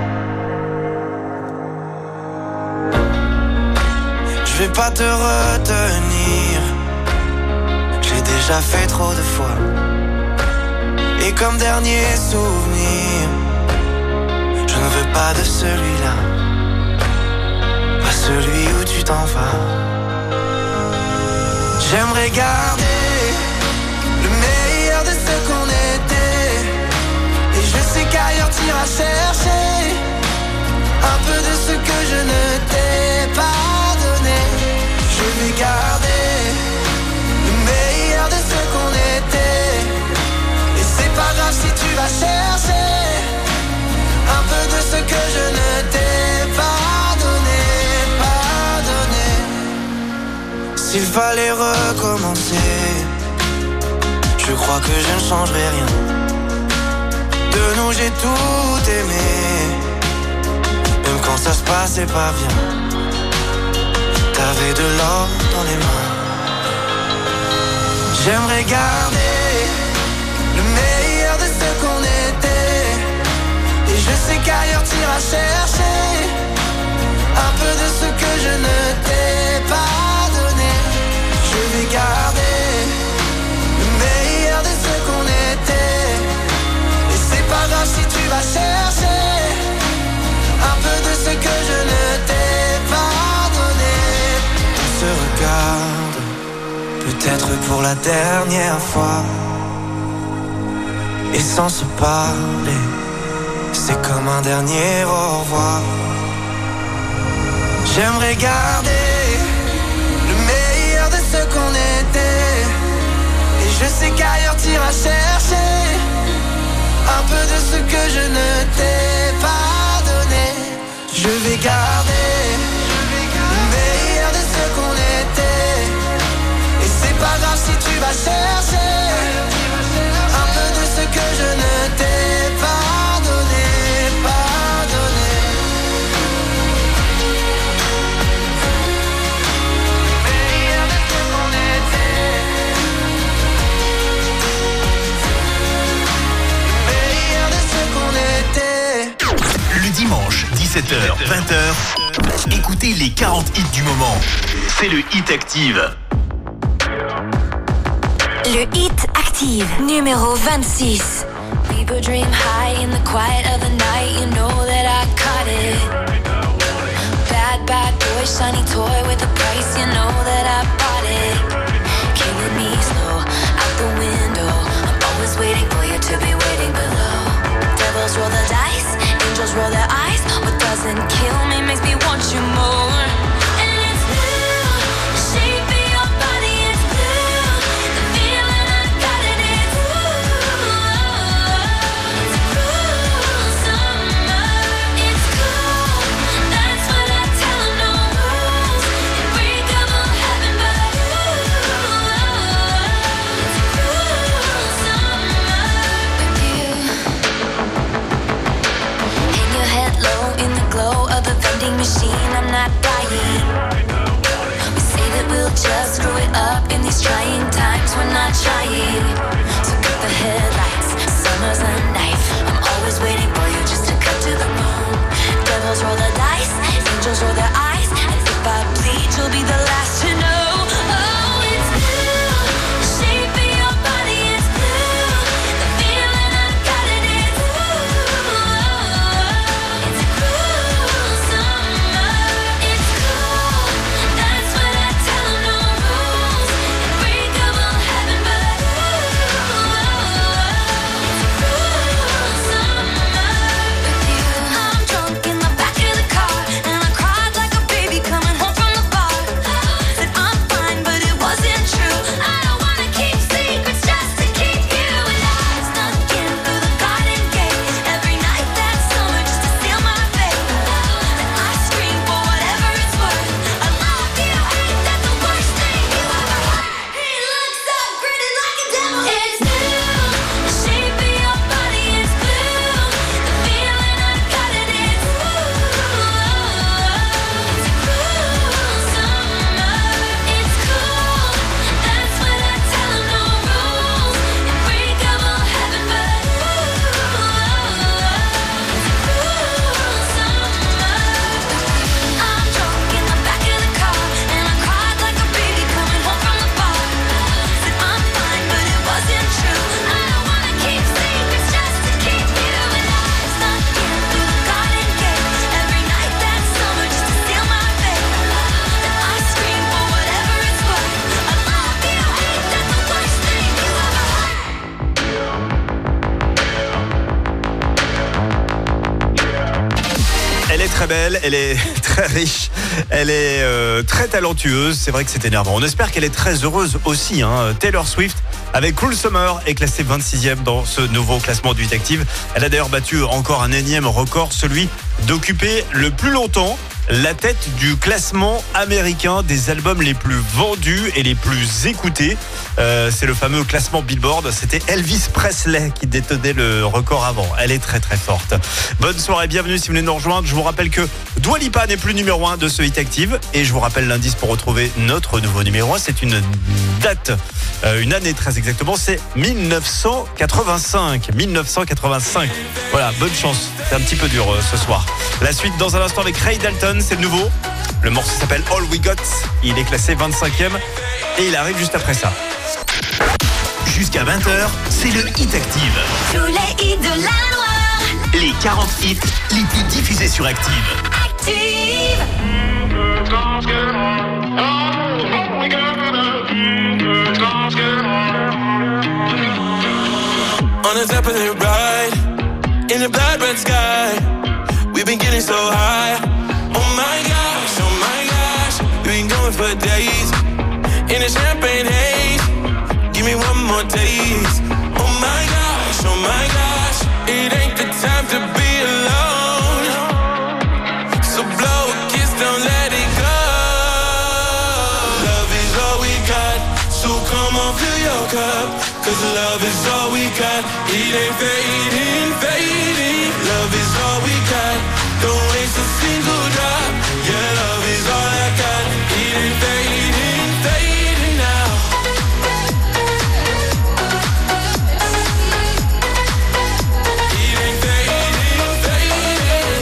Je vais pas te retenir, j'ai déjà fait trop de fois. Et comme dernier souvenir, je ne veux pas de celui-là, pas celui où tu t'en vas. J'aimerais garder le meilleur de ce qu'on était, et je sais qu'ailleurs t'iras chercher un peu de ce que je ne t'ai pas donné. Je vais garder le meilleur de ce qu'on était, et c'est pas grave si tu vas chercher un peu de ce que je ne t'ai pas donné, pas donné. S'il fallait recommencer, je crois que je ne changerai rien. De nous j'ai tout aimé, même quand ça se passait pas bien. T'avais de l'or dans les mains. J'aimerais garder le meilleur de ce qu'on était, et je sais qu'ailleurs t'iras chercher un peu de ce que je ne t'ai pas donné. Je vais garder le meilleur de ce qu'on était, et c'est pas grave si tu vas chercher un peu de ce que je ne t'ai pas donné. On se regarde, peut-être pour la dernière fois, et sans se parler, c'est comme un dernier au revoir. J'aimerais garder le meilleur de ce qu'on est, je sais qu'ailleurs t'iras chercher un peu de ce que je ne t'ai pas donné. Je vais garder une meilleure de ce qu'on était. Et c'est pas grave si tu vas chercher un peu de ce que je ne t'ai pas donné, pas donné. Meilleure de ce qu'on était. Meilleure de ce qu'on était. Le dimanche, 17h, 20h, écoutez les 40 hits du moment. C'est le Hit Active. Le Hit Active, numéro 26. People dream high in the quiet of the night. You know that I caught it. Bad, bad boy, shiny toy with a price. You know that I bought it. Killing me slow, out the window. I'm always waiting for you to be waiting below. Devils roll the dice, angels roll their eyes. What doesn't kill me makes me want you more. And it's blue, the shape of your body is blue. The feeling I got it is it's cruel summer. It's cool, that's what I tell 'em, no rules. Unbreakable heaven, but it's cruel summer with you. Hang your head low in the glow of the vending machine. I'm not dying. We say that we'll just screw it up in these trying times. We're not trying. So cut the headlights. Summer's a knife. I'm always waiting for you just to cut to the bone. Devils roll the dice. Angels roll their eyes. And if I bleed, you'll be the last to know. Oh, it's blue. The shape of your body is blue. The feeling I got it is it's cruel summer. It's cool. That's what I tell 'em, no rules. Unbreakable heaven, but it's cruel summer with you. I'm drunk in the back of the car, and I cried like a baby coming home from the bar. Said I'm fine, but it wasn't true. I don't wanna keep secrets just to keep you alive. Snuck in through the garden gate every night that summer just to seal my fate. And I scream for whatever it's worth. I love you, ain't that the worst thing you ever heard? He looks so gritty like a devil. It's blue, the shape of your body is blue. The feeling I got it is it's cruel summer. It's cool, that's what I tell 'em, no rules. Unbreakable heaven, but it's cruel summer. I'm drunk in the back of the car, and I cried like a baby coming home from the bar. Said I'm fine, but it wasn't true. I don't wanna keep secrets just to keep you alive. Snuck in through the garden gate every night that summer just to seal my fate. And I scream for whatever it's worth. I love you, ain't that the worst thing you ever heard? Elle est très belle, elle est très riche, elle est très talentueuse. C'est vrai que c'est énervant. On espère qu'elle est très heureuse aussi. Taylor Swift, avec Cruel Summer, est classée 26e dans ce nouveau classement du Hit Active. Elle a d'ailleurs battu encore un énième record, celui d'occuper le plus longtemps la tête du classement américain des albums les plus vendus et les plus écoutés. C'est le fameux classement Billboard. C'était Elvis Presley qui détenait le record avant. Elle est très très forte. Bonne soirée, bienvenue si vous venez nous rejoindre. Je vous rappelle que Dua Lipa n'est plus numéro 1 de ce Hit Active. Et je vous rappelle l'indice pour retrouver notre nouveau numéro 1. C'est une date, une année très exactement. C'est 1985. 1985. Voilà, bonne chance. C'est un petit peu dur ce soir. La suite dans un instant avec Ray Dalton. C'est le nouveau. Le morceau s'appelle All We Got. Il est classé 25e et il arrive juste après ça. Jusqu'à 20h, c'est le Hit Active. Tous les hits de la Loire. Les 40 hits les plus diffusés sur Active. Active. On a top of the ride, in the blood red sky. We've been getting so high. Oh my gosh, we've been going for days. In a champagne haze, give me one more love is all we got. It ain't fading, fading. Love is all we got. Don't waste a single drop. Your love is all I got. It ain't fading, fading now. It ain't fading, fading.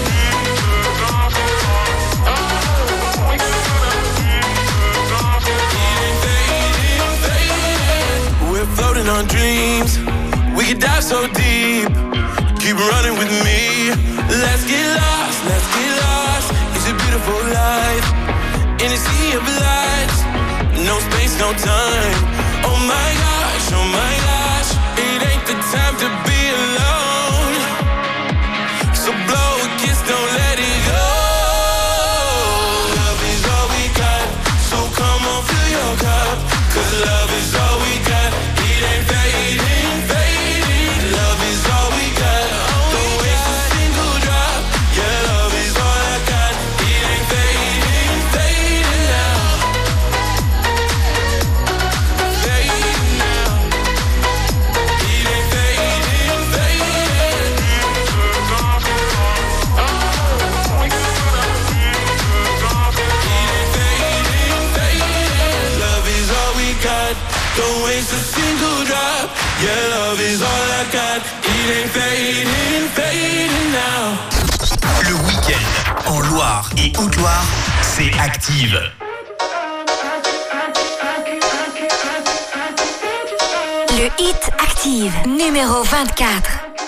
It ain't fading, fading. We're floating on dreams. We could dive so deep. Keep running with me. Let's get lost, let's get lost. It's a beautiful life in a sea of lights. No space, no time. Oh my gosh, oh my gosh. It ain't the time to be alone. So blow a kiss, don't let it go. Love is all we got. So come on, fill your cup. Cause love is all we got. It ain't fading, fading. Love is all we got. Don't waste a single drop. Your love is all I got. It ain't fading, fading now. Fading now. It ain't fading, fading. It ain't fading, fading. Love is all we got. Don't waste a single drop. Your love is all I got. It ain't fading, fading now. Le week-end en Loire et Haute-Loire, c'est Active. Le Hit Active, numéro 24.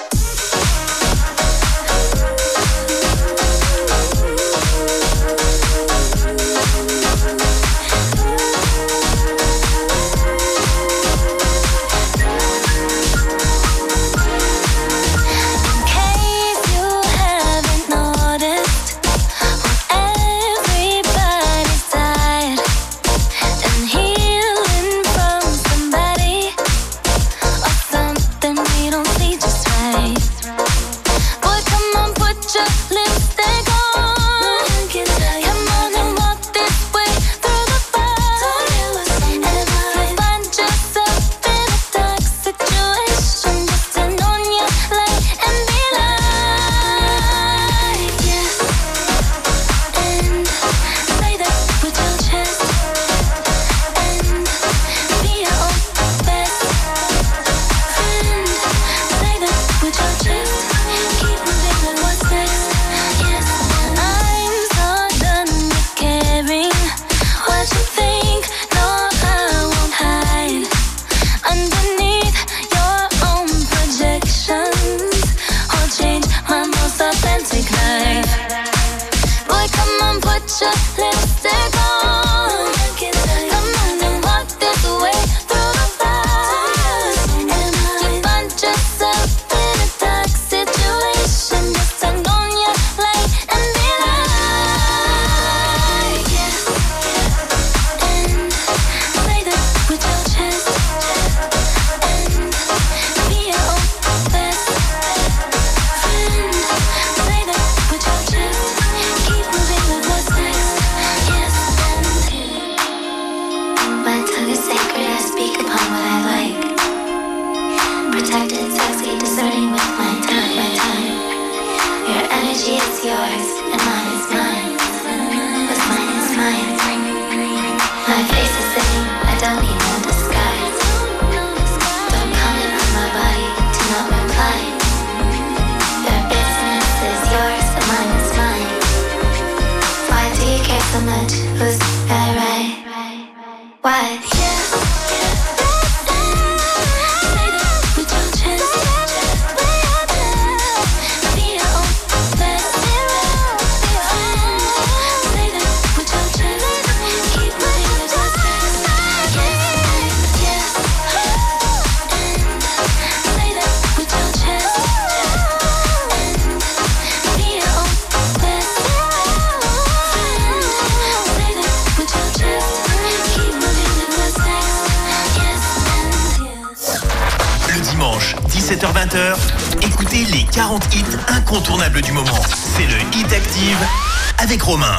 Écoutez les 40 hits incontournables du moment. C'est le Hit Active avec Romain.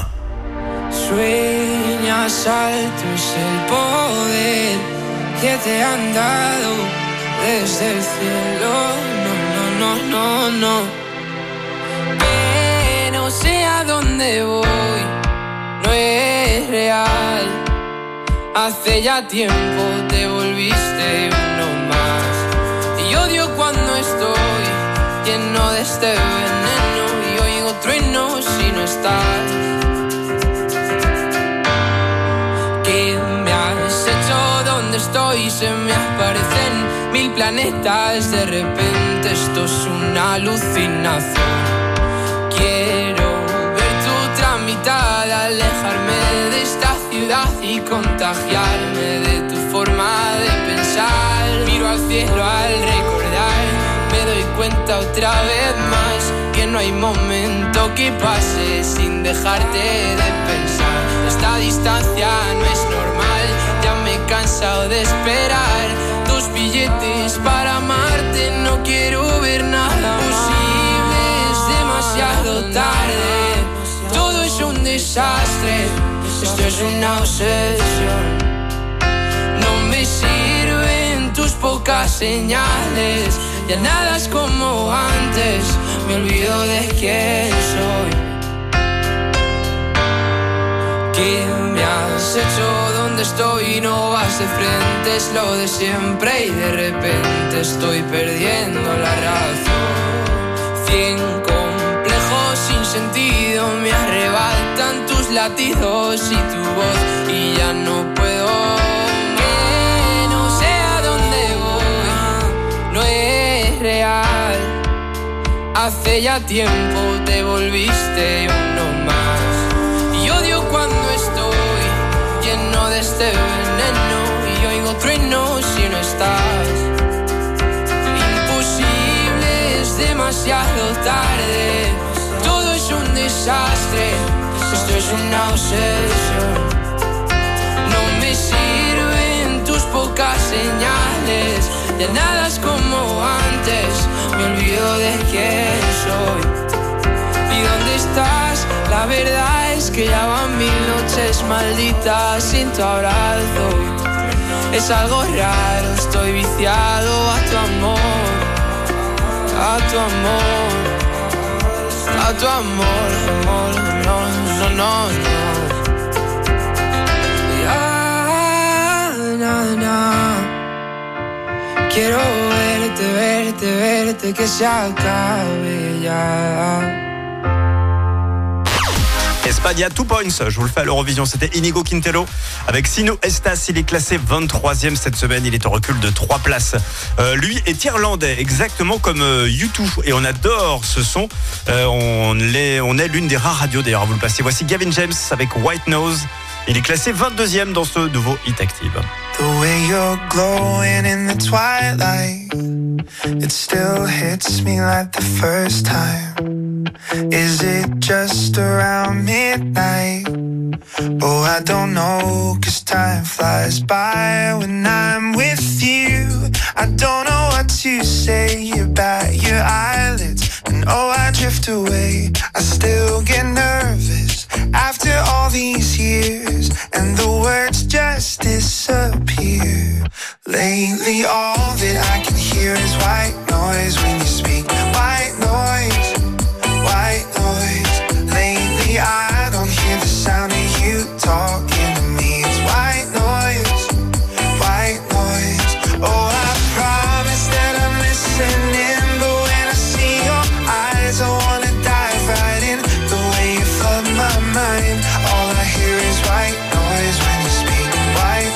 Sueñas al tus el poder que te han dado desde el cielo. No. Que no sé a dónde voy, no es real. Hace ya tiempo te volviste uno más. Y odio cuando estoy lleno de este veneno y oigo truenos si no estás. ¿Qué me has hecho? ¿Dónde estoy? Se me aparecen 1000 planetas. De repente esto es una alucinación. Quiero ver tu otra mitad, alejarme de esta ciudad y contagiarme de tu forma de pensar. Miro al cielo al recordar, me doy cuenta otra vez más que no hay momento que pase sin dejarte de pensar. Esta distancia no es normal, ya me he cansado de esperar tus billetes para amarte. No quiero ver nada posible, es demasiado tarde. Todo es un desastre, esto es una obsesión. No me sirven tus pocas señales, ya nada es como antes, me olvido de quién soy. ¿Qué me has hecho? ¿Dónde estoy? No vas de frente, es lo de siempre y de repente estoy perdiendo la razón. 100 complejos sin sentido me arrebatan tus latidos y tu voz y ya no puedo. Que no sé a dónde voy, no es real. Hace ya tiempo te volviste uno más. Y odio cuando estoy lleno de este veneno y oigo truenos si no estás. Imposible, es demasiado tarde. Todo es un desastre, esto es una obsesión. No me sirven tus pocas señales, ya nada es como antes, me olvido de quién soy. ¿Y dónde estás? La verdad es que ya van 1000 noches malditas sin tu abrazo. Es algo raro, estoy viciado a tu amor, a tu amor, a tu amor, amor, no. Ya, quiero verte, que se acabe ya. Espadia 2 Points, je vous le fais à l'Eurovision, c'était Inigo Quintero avec Sino Estas, il est classé 23e cette semaine, il est en recul de 3 places. Lui est irlandais, exactement comme U2, et on adore ce son, on est l'une des rares radios d'ailleurs à vous le passer. Voici Gavin James avec White Nose, il est classé 22e dans ce nouveau Hit Active. The way you're glowing in the twilight, it still hits me like the first time. Is it just around midnight? Oh, I don't know, 'cause time flies by when I'm with you. I don't know what to say, you bat your eyelids and oh, I drift away. I still get nervous after all these years, and the words just disappear. Lately all that I can hear is white noise when you speak. White noise, white noise. Lately I don't hear the sound of you talking to me. It's white noise, white noise. Oh, I promise that I'm listening, but when I see your eyes I wanna dive right in. The way you flood my mind, all I hear is white noise when you speak. White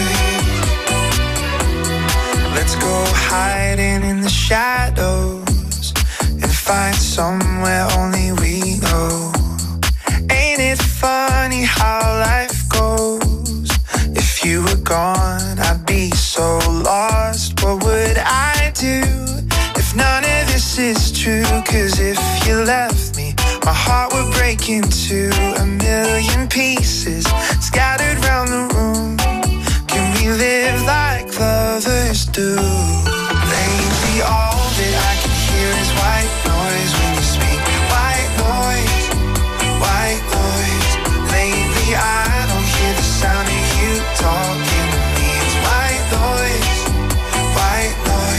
noise. Let's go hiding in the shadows and find somewhere only we know. Ain't it funny how life goes? If you were gone, I'd be so lost. What would I do if none of this is true? 'Cause if you left me, my heart would break into a million pieces, scattered round the room. Can we live like lovers do? Lately all that I can hear is white noise when you speak. White noise, white noise. Lately I don't hear the sound of you talking to me. It's white noise, white noise.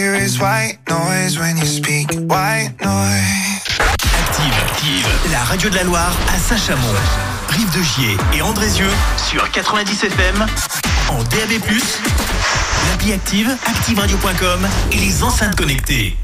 hear is white noise when you speak. White noise. Active, la radio de la Loire à Saint-Chamond, Rive de Gier et Andrézieux sur 90 FM, en DAB+, l'appli Active, activeradio.com et les enceintes connectées.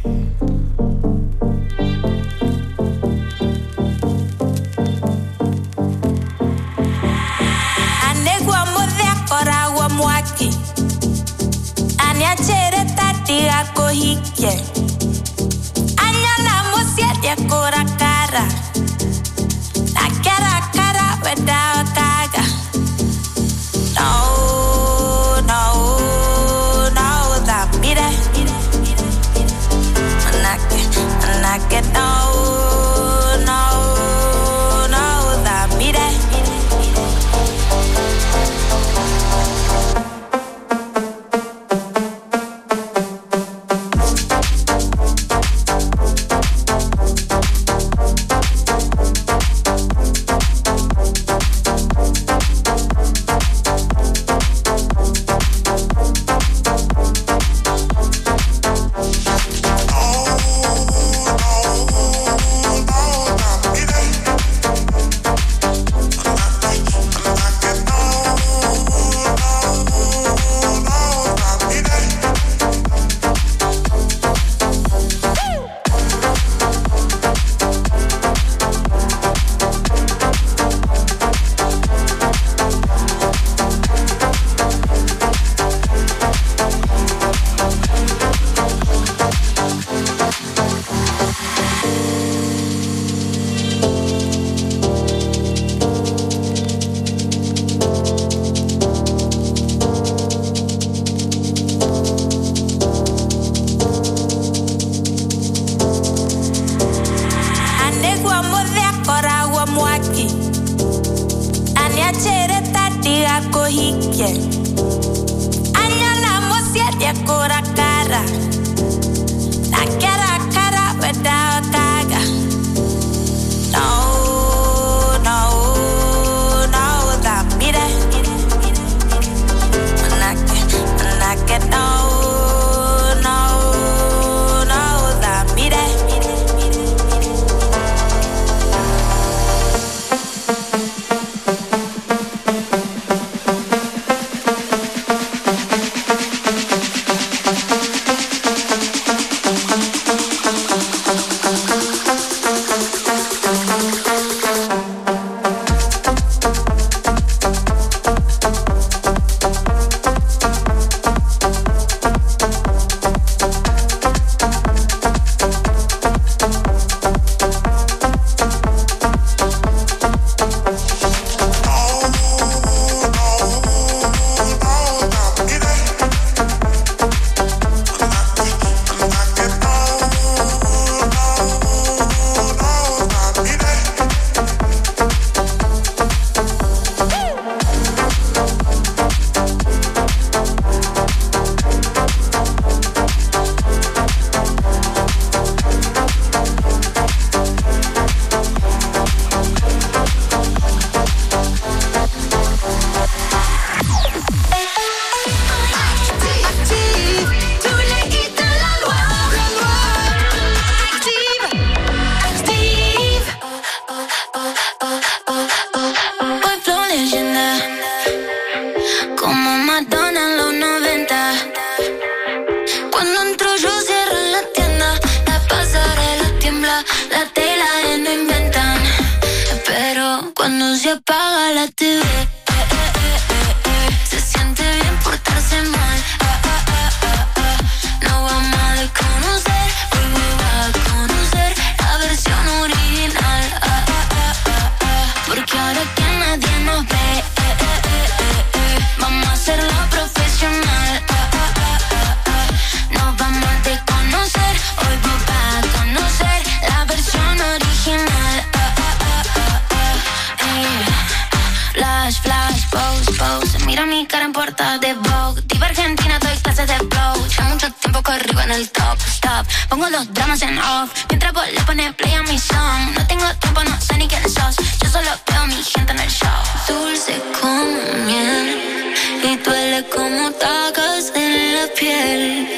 Pongo los dramas en off, mientras vos le pones play a mi song. No tengo tiempo, no sé ni quién sos. Yo solo veo a mi gente en el show. Dulce como miel y duele como tacas en la piel.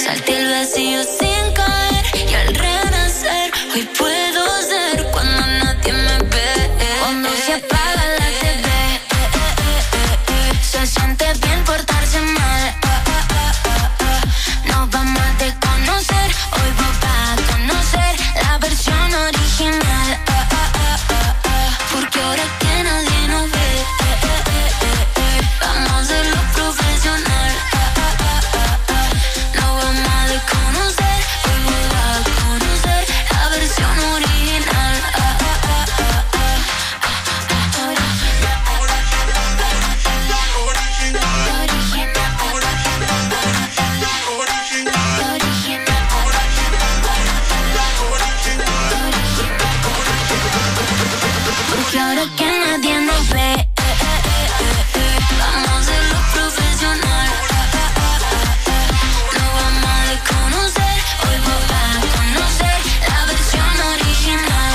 Salté el vacío sin caer y al renacer hoy puedo ser cuando nadie me ve. Cuando se apaga la TV, se siente bien portarse mal. Nos vamos a desconocer, hoy vos vas a conocer la versión original. Porque ahora que nadie nos ve, vamos a hacerlo profesional. Nos vamos a desconocer, hoy vos vas a conocer la versión original. Porque ahora que nadie nos ve, vamos a hacerlo profesional. Lo vamos a desconocer, hoy vos vas a conocer la versión original.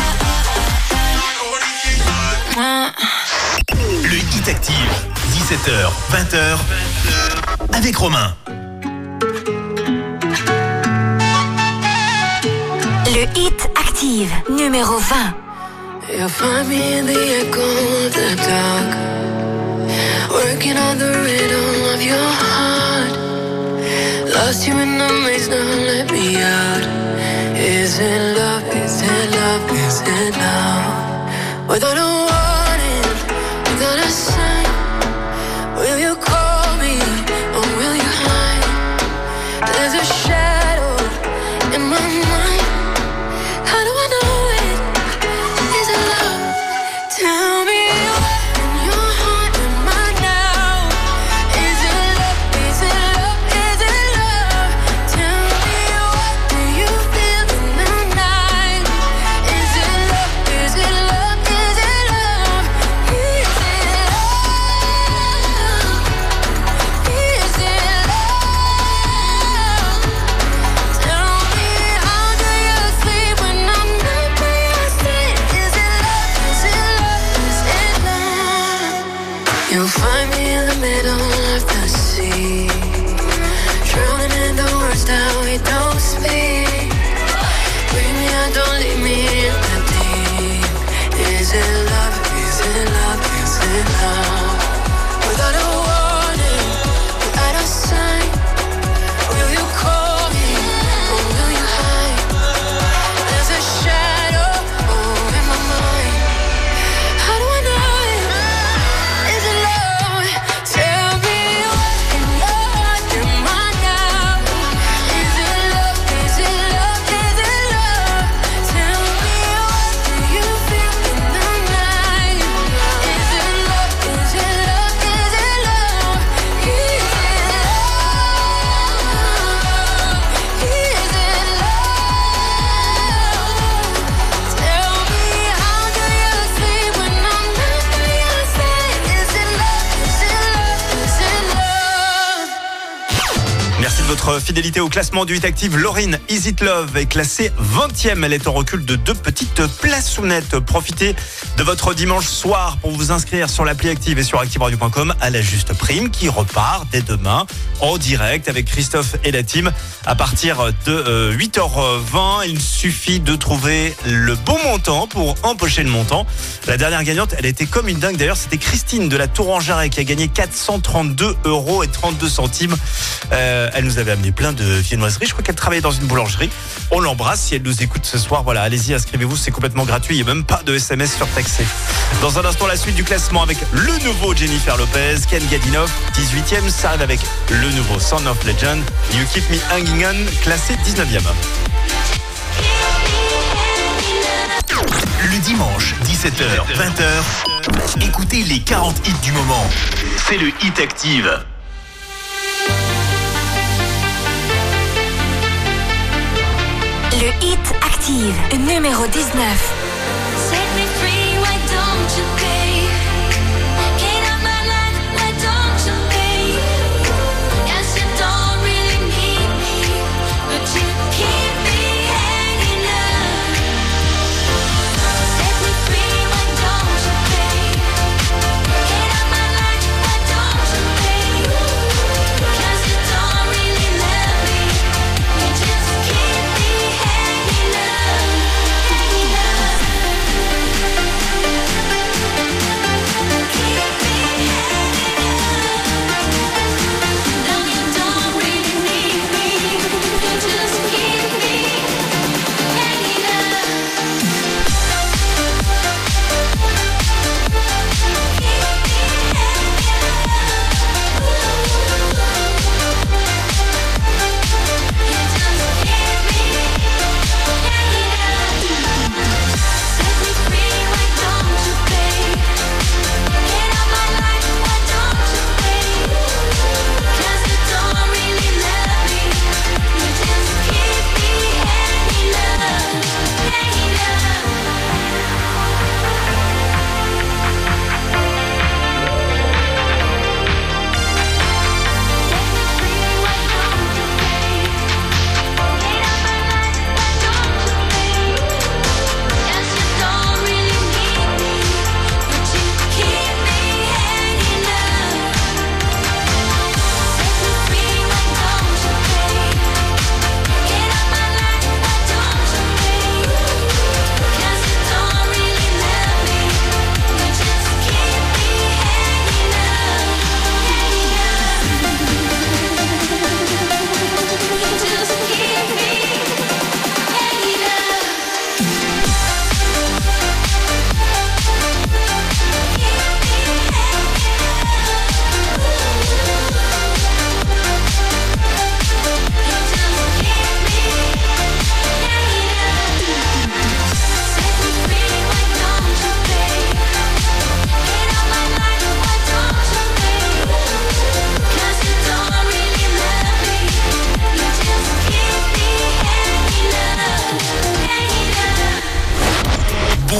Le Hit Active, 17h, 20h, avec Romain. Le Hit Active, numéro 20. You'll find me in the echo of the dark, working on the rhythm of your heart. Lost you in the maze, now let me out. Is it love, is it love, is it love? Without a warning, without a sign, will you call me or will you hide? There's a shadow in my mind. How do I know it? Is it love? Tell me what in your heart am I now? Is it love? Is it love? Is it love? Tell me what do you feel in the night? Is it love? Is it love? Is it love? Is it love? Is it love? Tell me how do you sleep when I'm not by your side? Is it love? Is it love? Is it love? You'll find me in the middle of the sea, drowning in the words that we don't speak. Bring me out, don't leave me in the deep. Is it love? Is it love? Is it love? Without a warning, without a sign, will you call me or will you hide? There's a shadow in my mind. How do I know it? Is it love? Tell me what in your heart am I now? Is it love? Is it love? Is it love? Tell me what do you feel in the night? Is it love? Is it love? Is it love? Is it love? Is it love? Tell me how do you sleep when I'm not by your side? Is it love? Is it love? Is it love? Merci de votre fidélité au classement du Hit Active. Lauryn, Is It Love est classée 20e. Elle est en recul de 2 petites plaçounettes. Profitez de votre dimanche soir pour vous inscrire sur l'appli Active et sur ActiveRadio.com à la juste prime qui repart dès demain en direct avec Christophe et la team à partir de 8h20. Il suffit de trouver le bon montant pour empocher le montant. La dernière gagnante, elle était comme une dingue. D'ailleurs, c'était Christine de la Tourangerie qui a gagné 432,32 €. Elle nous avait amené plein de viennoiseries. Je crois qu'elle travaillait dans une boulangerie. On l'embrasse si elle nous écoute ce soir. Voilà, allez-y, inscrivez-vous, c'est complètement gratuit. Il n'y a même pas de SMS surtaxé. Dans un instant, la suite du classement avec le nouveau Jennifer Lopez, Ken Gadinoff, 18e. Ça arrive avec le nouveau Sound of Legend, You Keep Me Hanging On, classé 19e. Le dimanche, 17h, 20h, écoutez les 40 hits du moment. C'est le Hit Active. Le Hit Active, numéro 19. Set me free, why don't you pay? Get out my life, why don't you pay? Yes, you don't really need me, but you keep me hanging on. Set me free, why don't you pay? Get out my life, why don't you pay? Yes, you don't really love me,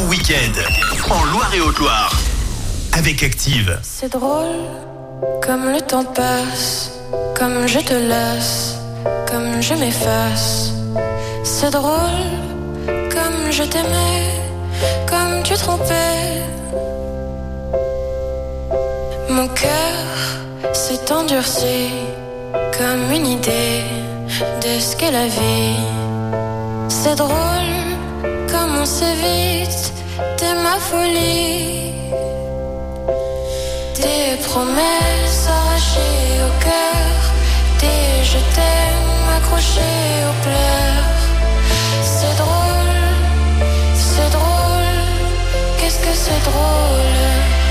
week-end en Loire-et-Haute-Loire avec Active. C'est drôle, comme le temps passe, comme je te laisse, comme je m'efface. C'est drôle, comme je t'aimais, comme tu trompais. Mon cœur s'est endurci comme une idée de ce qu'est la vie. C'est drôle, comme on s'évite de ma folie. Des promesses arrachées au cœur, des je t'aime accrochés aux pleurs. C'est drôle, qu'est-ce que c'est drôle.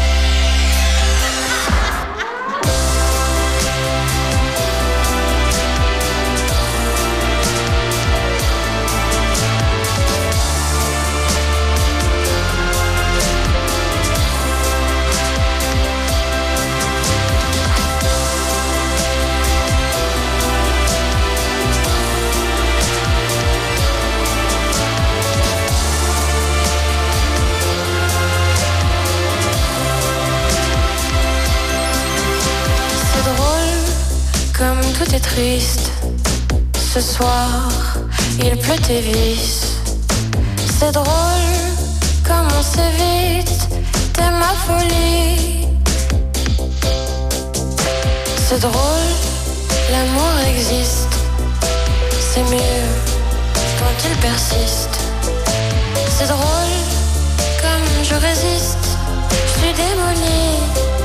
Comme tout est triste, ce soir il pleut tes vices. C'est drôle, comme on s'évite de ma folie. C'est drôle, l'amour existe. C'est mieux quand il persiste. C'est drôle, comme je résiste, je suis démolie.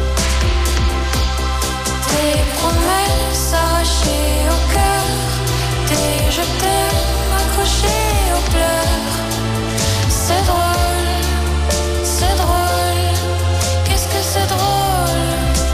Des promesses arrachées au cœur, des je t'aime accrochés aux pleurs. C'est drôle, qu'est-ce que c'est drôle.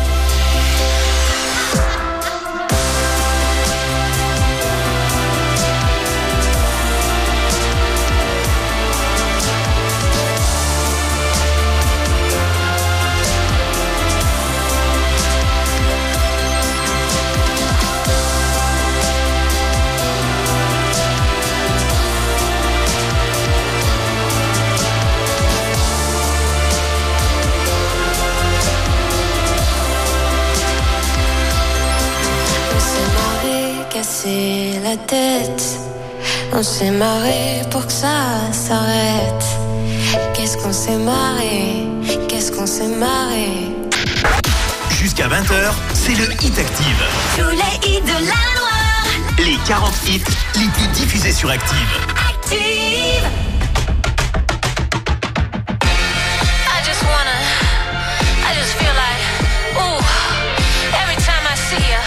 Casser la tête, on s'est marré pour que ça s'arrête. Qu'est-ce qu'on s'est marré, qu'est-ce qu'on s'est marré. Jusqu'à 20h, c'est le Hit Active. Tous les hits de la Loire. Les 40 hits les plus diffusés sur Active. Active. I just feel like, ooh, every time I see you,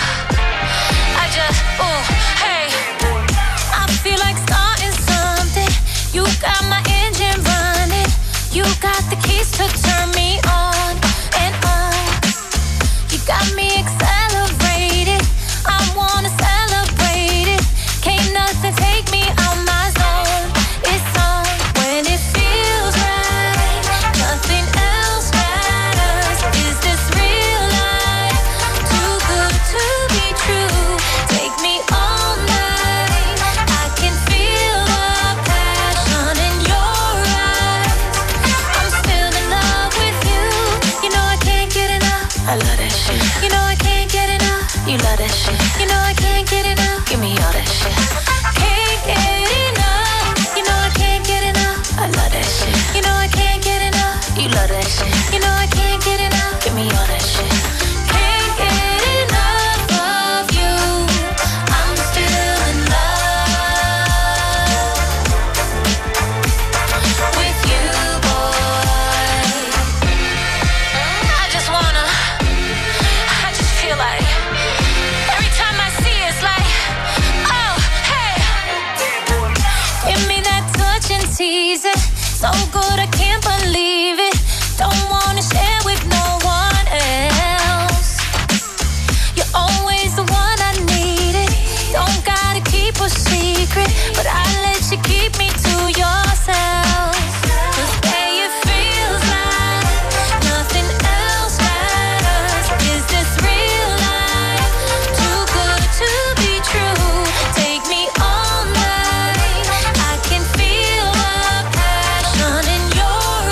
ooh, hey, I feel like starting something. You got my engine running. You got the keys to turn me on and on. You got me accelerated. I wanna celebrate it. Can't nothing take me out my zone. It's on when it feels right. Nothing else matters. Is this real life? Too good to be true. Take me all night. I can feel the passion in your eyes. I'm still in love with you. You know I can't get enough. I love that shit. You know I can't get enough. You love that shit. You know I can't get enough. Give me all that shit. Can't get enough. You know I can't get enough. I love that shit. You know I can't get enough. You love that shit. You know I can't get enough. Give me all that shit. Can't get enough of you. I'm still in love with you, boy. I just feel like every time I see it, it's like, oh, hey. Give me that touch and tease it. So good I can't believe it. Don't wanna share with no one else. You're always the one I needed. Don't gotta keep a secret, but I let you keep me to yourself. 'Cause babe, it feels like nothing else matters. Is this real life? Too good to be true. Take me all night. I can feel the passion in your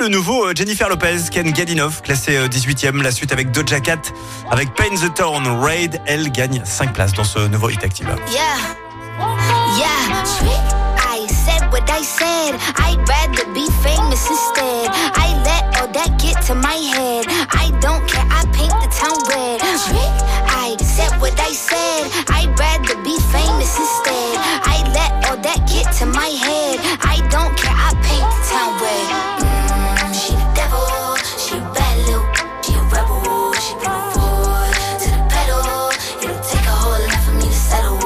le nouveau Jennifer Lopez, Ken Gadinoff, classé 18e. La suite avec Doja Cat, avec Paint the Town, Raid. Elle gagne 5 places dans ce nouveau Hit Active. I said what I said. I'd rather be famous instead. I let all that get to my head. I don't care, I paint the town red. I said what I said. I'd rather be famous instead. I let all that get to my head. I don't care, I paint the town red. She the devil, she a bad little, she a rebel. She bring the foot to the pedal. It'll take a whole lot for me to settle.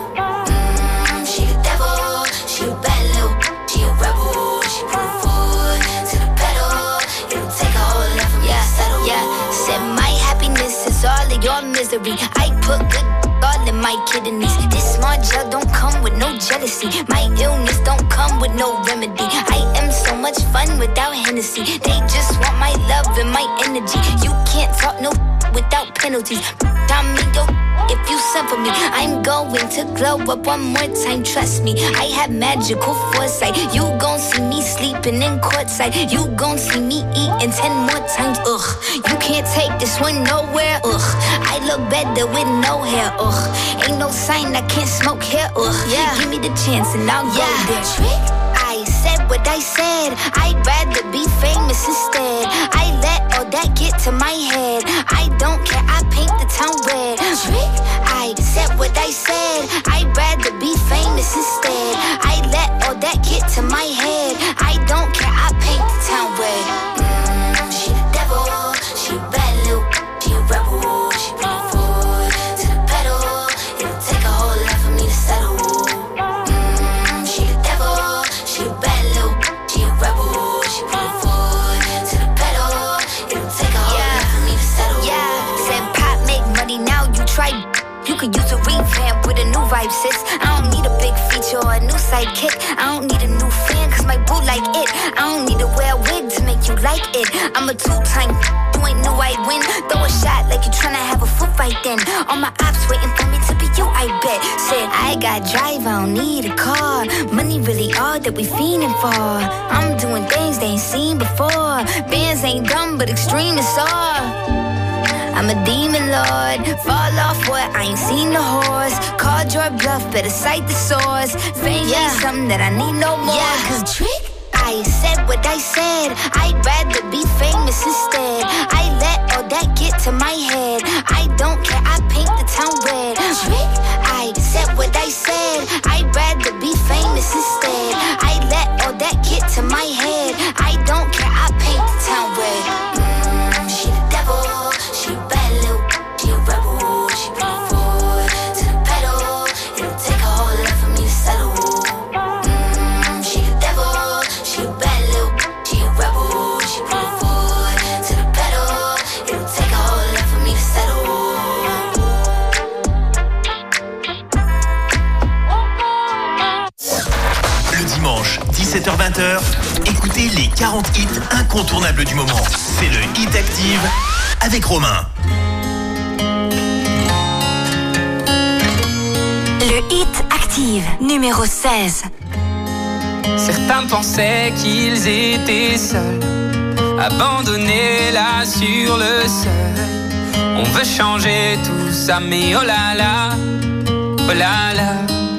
She the devil, she a bad little, she a rebel. She bring the foot to the pedal. It'll take a whole lot for me to settle. Said my happiness is all of your misery. I put good all in my kidneys. This small gel don't come with no jealousy. My illness don't come with no remedy. I am so much fun without Hennessy. They just want my love and my energy. You can't talk no without penalties. I mean, yo, if you send for me, I'm going to glow up one more time. Trust me, I have magical foresight. You gon' see me sleeping in courtside. You gon' see me eating 10 more times. Ugh, you can't take this one nowhere. Ugh, I look better with no hair. Ugh, ain't no sign I can't smoke here. Ugh, give me the chance and I'll go there. I said what I said. I'd rather be famous instead. I let all that get to my head. I don't care, I paint the town red. I said what I said. I'd rather be famous instead. I let all that get to my head. I don't care, I paint the town red. She the devil, she a bad little, she a rebel. She bring the foot to the pedal. It'll take a whole lot for me to settle. She the devil, she a bad little, she a rebel. She bring the foot to the pedal. It'll take a whole lot for me to settle. Said pop make money, now you try. You could use a revamp with a new vibe, sis. I don't need a big feature or a new sidekick. I don't need a new fan, cause my boo like it. I don't need to wear a wig to make you like it. I'm a two-time, you ain't knew I'd win. Throw a shot like you tryna have a foot fight then. All my ops waiting for me to be you, I bet. Said, I got drive, I don't need a car. Money really all that we fiending for. I'm doing things they ain't seen before. Bands ain't dumb, but extreme is all. I'm a demon lord, fall off what, I ain't seen the horse. Called your bluff, better cite the source. Fame ain't something that I need no more. Cause I said what I said. I'd rather be famous instead. I let all that get to my head. I don't care, I paint the town red. I said what I said. I'd rather be famous instead. I let all that get to my head. I don't care, I paint the town red. She the devil, she a bad little, she a rebel. She bring the foot to the pedal. It'll take a whole lot for me to settle. She the devil, she a bad little, she a rebel. She bring the foot to the pedal. It'll take a whole lot for me to settle. Le dimanche, 17h-20h, écoutez les 40 hits incontournables du moment. C'est le Hit Active avec Romain. Le Hit Active, numéro 16. Certains pensaient qu'ils étaient seuls, abandonnés là sur le seuil. On veut changer tout ça, mais oh là là, oh là là.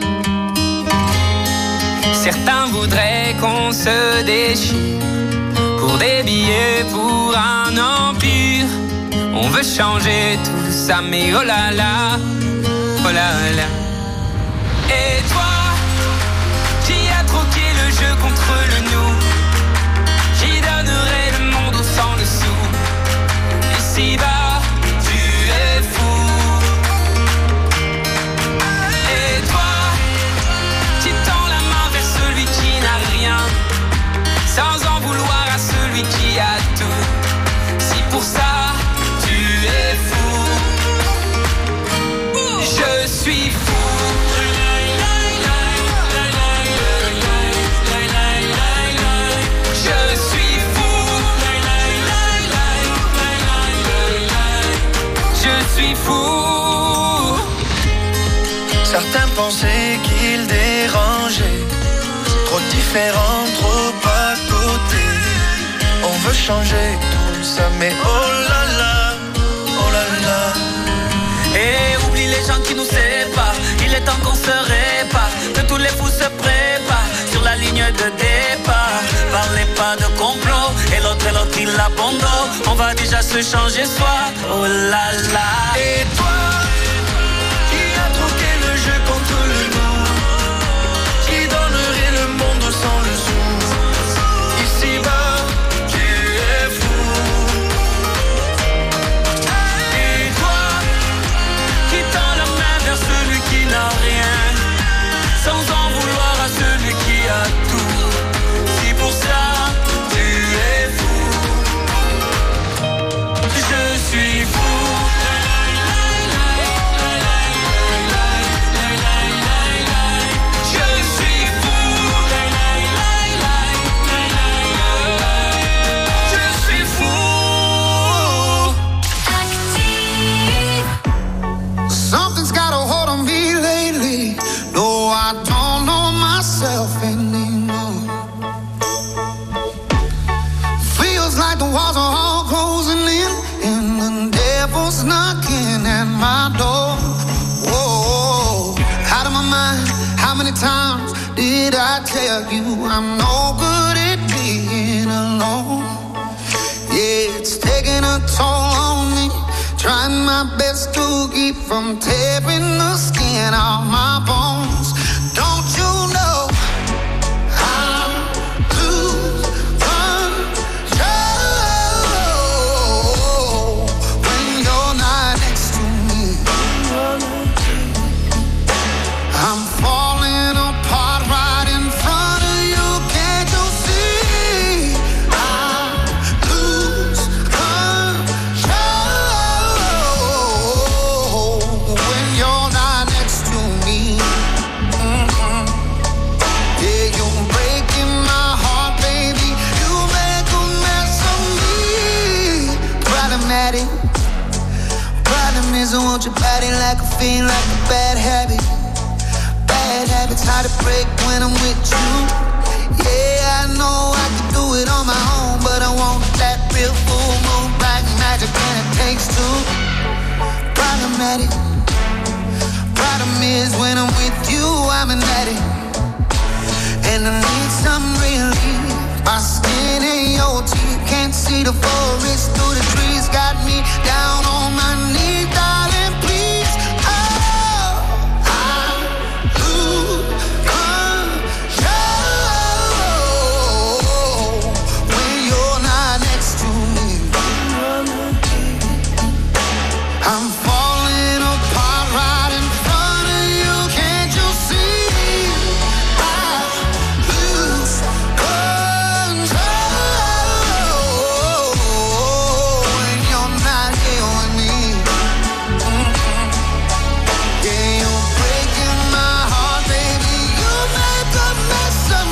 Certains voudraient qu'on se déchire pour des billets, pour un empire. On veut changer tout ça, mais oh là là, oh là là. Et toi, qui a troqué le jeu contre le nous, qui donnerait le monde au sang dessous. Ici-bas, tu es fou. Et toi, qui tend la main vers celui qui n'a rien, sans en vouloir à celui qui a tout. Si pour ça, tu es fou, je suis fou. Fou. Certains pensaient qu'ils dérangeaient, trop différents, trop à côté. On veut changer tout ça, mais oh là là, oh là là. Et oublie les gens qui nous séparent, il est temps qu'on se répare, que tous les fous se préparent sur la ligne de départ. Parlez pas de complot, et l'autre il abandonne. On va déjà se changer soi, oh là là. Et toi, qui a troqué le jeu contre le nous, qui donnerait le monde sans le sou. Ici-bas, tu es fou. Et toi, qui tend la main vers celui qui n'a rien, sans en vouloir à celui qui a tout. Si pour ça, tu es fou. Je suis fou. Something's got a hold on me lately. No, I don't know myself anymore. Feels like the walls are all closing in, and the devil's knocking at my door. Whoa, out of my mind. How many times did I tell you I'm no good at being alone? Yeah, it's taking a toll on me. Trying my best to keep from tearing the skin off my bones. Don't you know I lose control when you're not next to me? I'm falling apart right in front of you. Can't you see? I lose control when you're not next to me. Yeah, you're breaking my heart, baby. You make a mess of me. Problematic. Problem is I want your body like a fiend, like a bad habit. Bad habits hard to break when I'm with you. Yeah, I know I can do it on my own, but I want that real full moon, black magic, and it takes two. Problematic. Problem is when I'm with you, I'm an addict, and I need some relief. My skin and your teeth can't see the forest through the trees. Got me down on my knees, darling, please. Oh, I lose control when you're not next to me. I'm falling apart right in front of you. Can't you see? I lose control when you're not here with me. Yeah, you're breaking my heart, baby. You make a mess of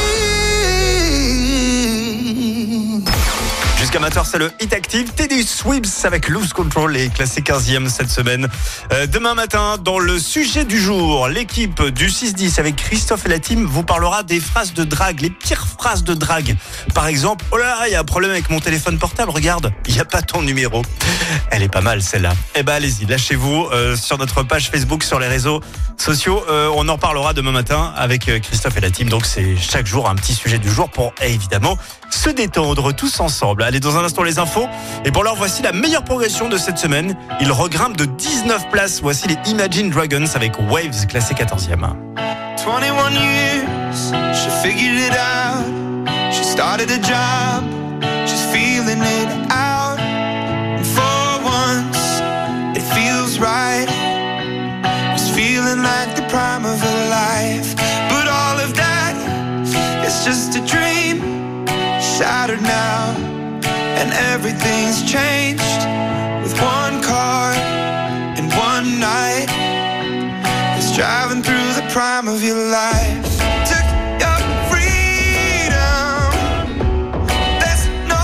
me. Jusqu'à 20h, c'est le Hit Active. Teddy Swims avec Lose Control est classé 15e cette semaine. Demain matin, dans le sujet du jour, l'équipe du 6-10 avec Christophe et la team vous parlera des phrases de drague, les pires phrases de drague. Par exemple, oh là, il y a un problème avec mon téléphone portable, regarde, il n'y a pas ton numéro. Elle est pas mal celle-là. Eh ben allez-y, lâchez-vous sur notre page Facebook, sur les réseaux sociaux. On en parlera demain matin avec Christophe et la team. Donc c'est chaque jour un petit sujet du jour pour évidemment se détendre tous ensemble. Allez, dans un instant les infos. Et pour l'heure, voici la meilleure progression de cette semaine. Ils regrimpent de 19 places. Voici les Imagine Dragons avec Waves, classé 14e. 21 years, she figured it out. She started a job, she's feeling it out. And for once, it feels right. It's feeling like the prime of her life. But all of that is just a dream, shattered now. And everything's changed with one car and one night. It's driving through the prime of your life. Took your freedom. There's no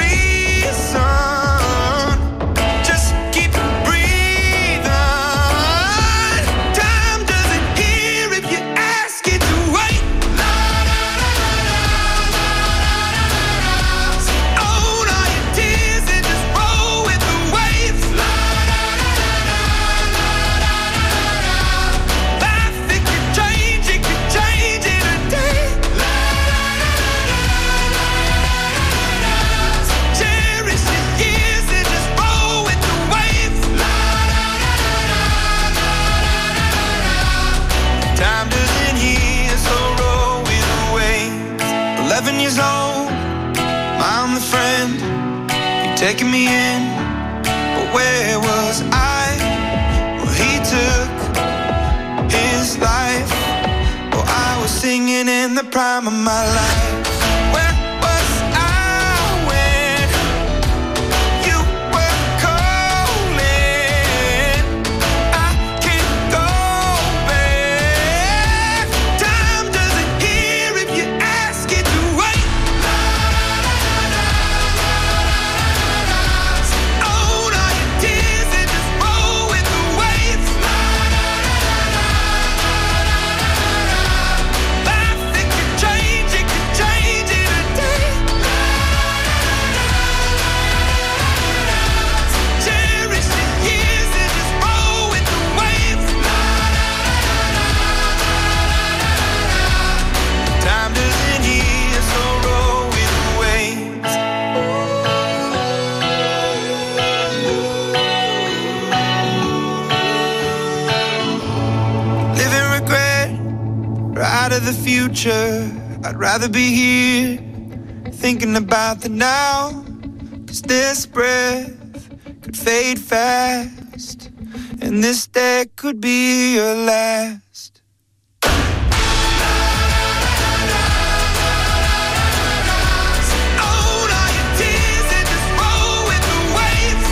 reason. Just keep breathing. Time doesn't hear if you ask it to wait. Oh, his own. I'm the friend, you're taking me in. But where was I? Well, he took his life. Well, I was singing in the prime of my life. Where was I when you were calling? I can't go back. Time doesn't hear if you ask it to wait. Own all your tears and just roll with the waves. Life, it could change it in a day. Cherish the years and just roll with the waves. Time doesn't heal, so roll with the waves. Living regret, right of the future. I'd rather be here, thinking about the now. 'Cause this breath could fade fast, and this day could be your last. Own all your tears and just roll with the waves.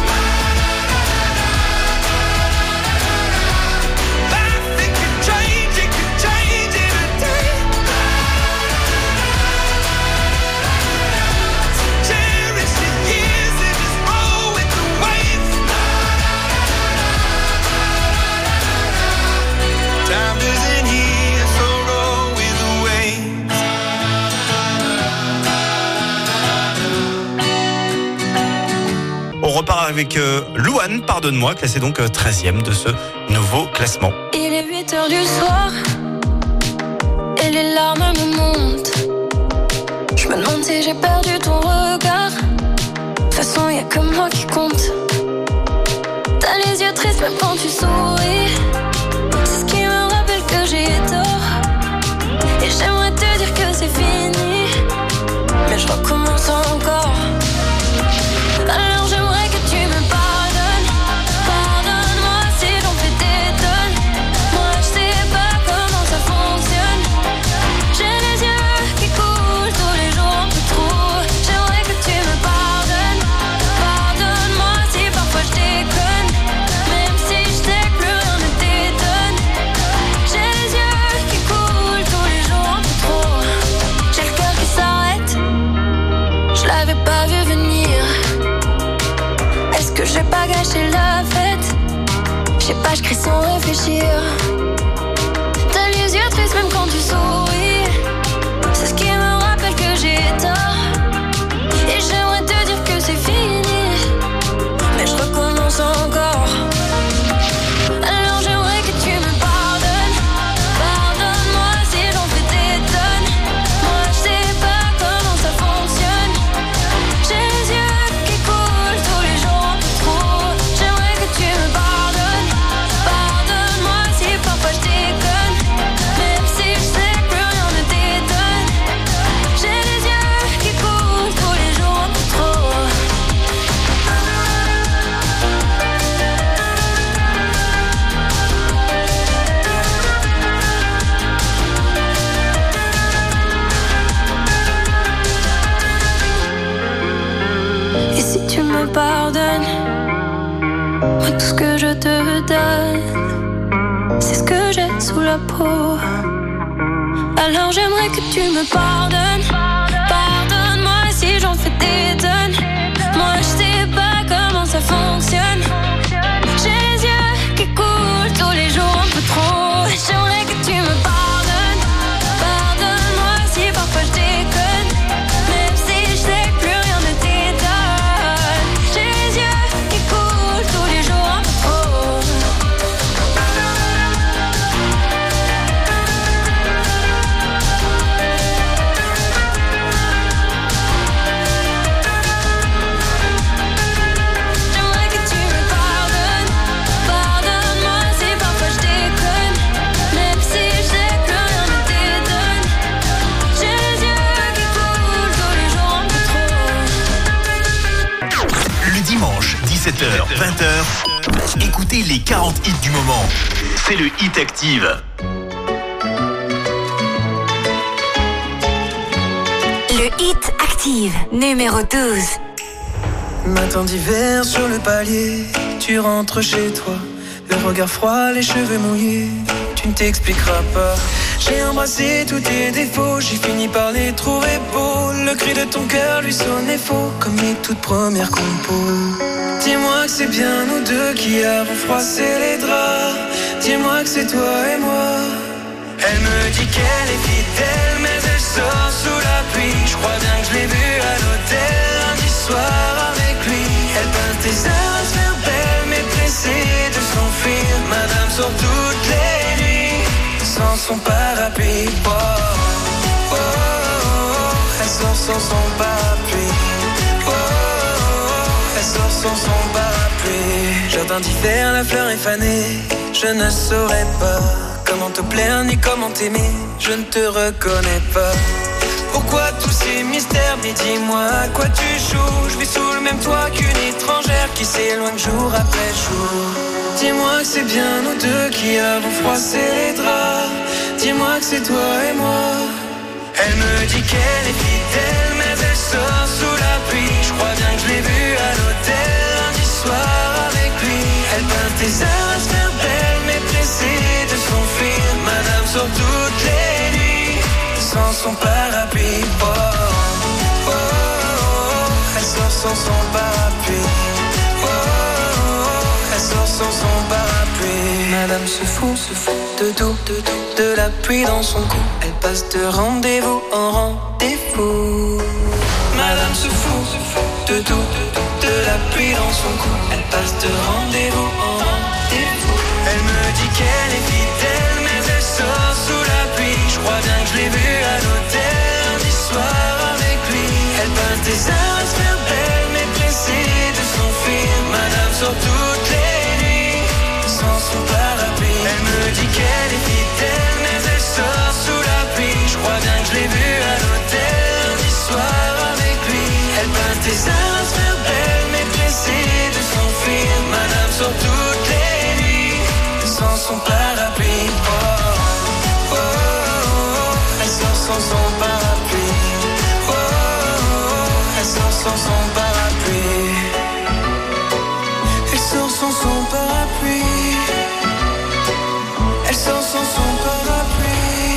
Life, it could change in a day. Cherish the years and just roll with the waves. Time doesn't heal, so roll with the waves. On repart avec Louane, pardonne-moi, classé donc 13e de ce nouveau classement. Il est 8h du soir et les larmes me montent. Je me demande si j'ai perdu ton regard. De toute façon, y'a que moi qui compte. T'as les yeux tristes même quand tu souris. C'est ce qui me rappelle que j'ai tort. Et j'aimerais te dire que c'est fini, mais je recommence encore. Alors j'aimerais que tu me pardonnes. Pardonne-moi si j'en fais des tonnes. Moi je sais pas comment ça fonctionne. J'ai les yeux qui coulent tous les jours un peu trop. J'aimerais que tu me pardonnes. Pardonne-moi si parfois je déconne, même si je sais que plus rien ne t'étonne. J'ai les yeux qui coulent tous les jours un peu trop. J'ai le cœur qui s'arrête, je l'avais pas vu venir. Est-ce que j'ai pas gâché la fête? Je sais pas, je crie sans réfléchir. T'as les yeux tristes même quand tu souris. C'est ce qui me rappelle que j'ai tort. Et j'aimerais te dire que c'est fini, mais je recommence encore. Alors j'aimerais que tu me pardonnes. Pardonne-moi si j'en fais des tonnes. Moi je sais pas comment ça fonctionne. J'ai les yeux qui coulent tous les jours un peu trop. J'aimerais que tu me pardonnes. Pardonne-moi si parfois je déconne, même si je sais que plus rien ne t'étonne. J'ai les yeux qui coulent tous les jours un peu trop. Et si tu me pardonnes, moi tout ce que je te donne, c'est ce que j'ai sous la peau. Alors j'aimerais que tu me pardonnes. Pardonne-moi si j'en fais des tonnes. Moi je sais pas comment ça fonctionne. J'ai les yeux qui coulent tous les jours un peu trop. J'aimerais que tu me pardonnes. Pardonne-moi si parfois je déconne, même si je sais que plus rien ne t'étonne. J'ai les yeux qui coulent tous les jours un peu trop. 17h, 20h, écoutez les 40 hits du moment. C'est le Hit Active. Le Hit Active, numéro 12. Matin d'hiver sur le palier, tu rentres chez toi, le regard froid, les cheveux mouillés, tu ne t'expliqueras pas. J'ai embrassé tous tes défauts, j'ai fini par les trouver beaux. Le cri de ton cœur lui sonnait faux, comme mes toutes premières compos. Dis-moi que c'est bien nous deux qui avons froissé les draps. Dis-moi que c'est toi et moi. Elle me dit qu'elle est fidèle, mais elle sort sous la pluie. Je crois bien que je l'ai vue à l'hôtel lundi soir avec lui. Elle peint tes heures à se faire belle, mais pressée de s'enfuir. Madame sort toutes les nuits sans son parapluie. Oh, oh, oh, oh. Elle sort sans son parapluie. Oh, oh, oh. Elle sort sans son parapluie. Jardin d'hiver, la fleur est fanée. Je ne saurais pas comment te plaire ni comment t'aimer, je ne te reconnais pas. Pourquoi tous ces mystères, mais dis-moi à quoi tu joues. Je vis sous le même toit qu'une étrangère qui s'éloigne jour après jour. Dis-moi que c'est bien nous deux qui avons froissé les draps. Dis-moi que c'est toi et moi. Elle me dit qu'elle est fidèle, mais elle sort sous la pluie. Je crois bien que je l'ai vue à l'hôtel lundi soir avec lui. Elle peint tes heures à se faire belle, mais pressée de s'enfuir. Madame sort toutes les nuits sans son parapluie. Oh, oh, oh, oh. Elle sort sans son parapluie. Oh, oh, oh. Elle sort sans son parapluie. Madame se fout de tout, de la pluie dans son cou. Elle passe de rendez-vous en rendez-vous. Madame se fout de tout, de la pluie dans son cou. Elle passe de rendez-vous en rendez-vous. Elle me dit qu'elle est fidèle, mais elle sort sous la pluie. Je crois bien que je l'ai vue à l'hôtel lundi soir avec lui. Elle peint tes heures à se faire belle, mais pressée de s'enfuir. Madame sort toutes les nuits sans son parapluie. Elle me dit qu'elle est fidèle, mais elle sort sous la pluie. Je crois bien que je l'ai vue à l'hôtel lundi soir avec lui. Elle peint tes heures à se faire belle, mais pressée de s'enfuir. Madame sort toutes les nuits sans son parapluie. Oh, oh, oh, oh. Elle sort sans son parapluie. Oh, oh, oh. Elle sort sans son parapluie. Elle sort sans son parapluie. Elle sort sans son parapluie.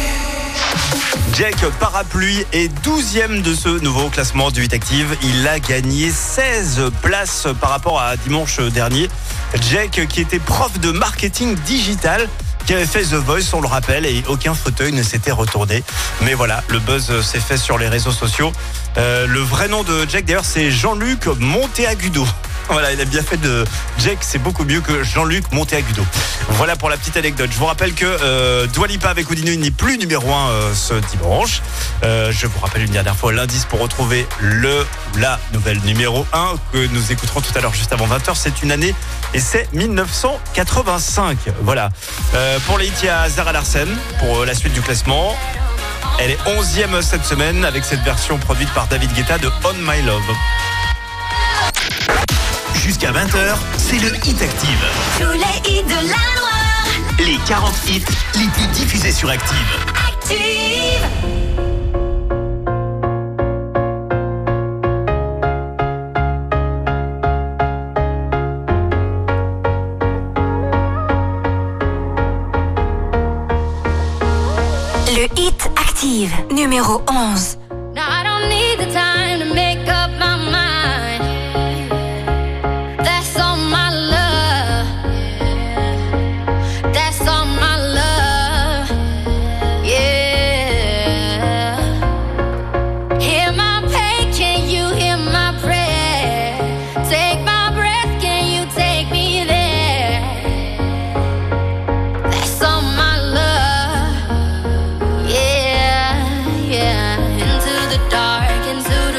Jake Parapluie est 12e de ce nouveau classement du Hit Active. Il a gagné 16 places par rapport à dimanche dernier. Jake, qui était prof de marketing digital, qui avait fait The Voice, on le rappelle, et aucun fauteuil ne s'était retourné. Mais voilà, le buzz s'est fait sur les réseaux sociaux. Le vrai nom de Jake, d'ailleurs, c'est Jean-Luc Monteagudo. Voilà, il a bien fait de Jake, c'est beaucoup mieux que Jean-Luc Monteagudo. Voilà pour la petite anecdote. Je vous rappelle que Dua Lipa avec Houdini n'est plus numéro 1 ce dimanche. Je vous rappelle une dernière fois l'indice pour retrouver la nouvelle numéro 1 que nous écouterons tout à l'heure juste avant 20h. C'est une année et c'est 1985. Voilà. Pour les hits, il y a Zara Larsen pour la suite du classement. Elle est 11e cette semaine avec cette version produite par David Guetta de On My Love. Jusqu'à 20h, c'est le Hit Active. Tous les hits de la Loire. Les 40 hits les plus diffusés sur Active. Active. Le Hit Active, numéro 11. Now I don't need the time to make up my mind. That's all my love. That's all my love. Yeah. Hear my pain, can you hear my prayer? Take my breath, can you take me there? That's all my love. Yeah, yeah. Into the dark, into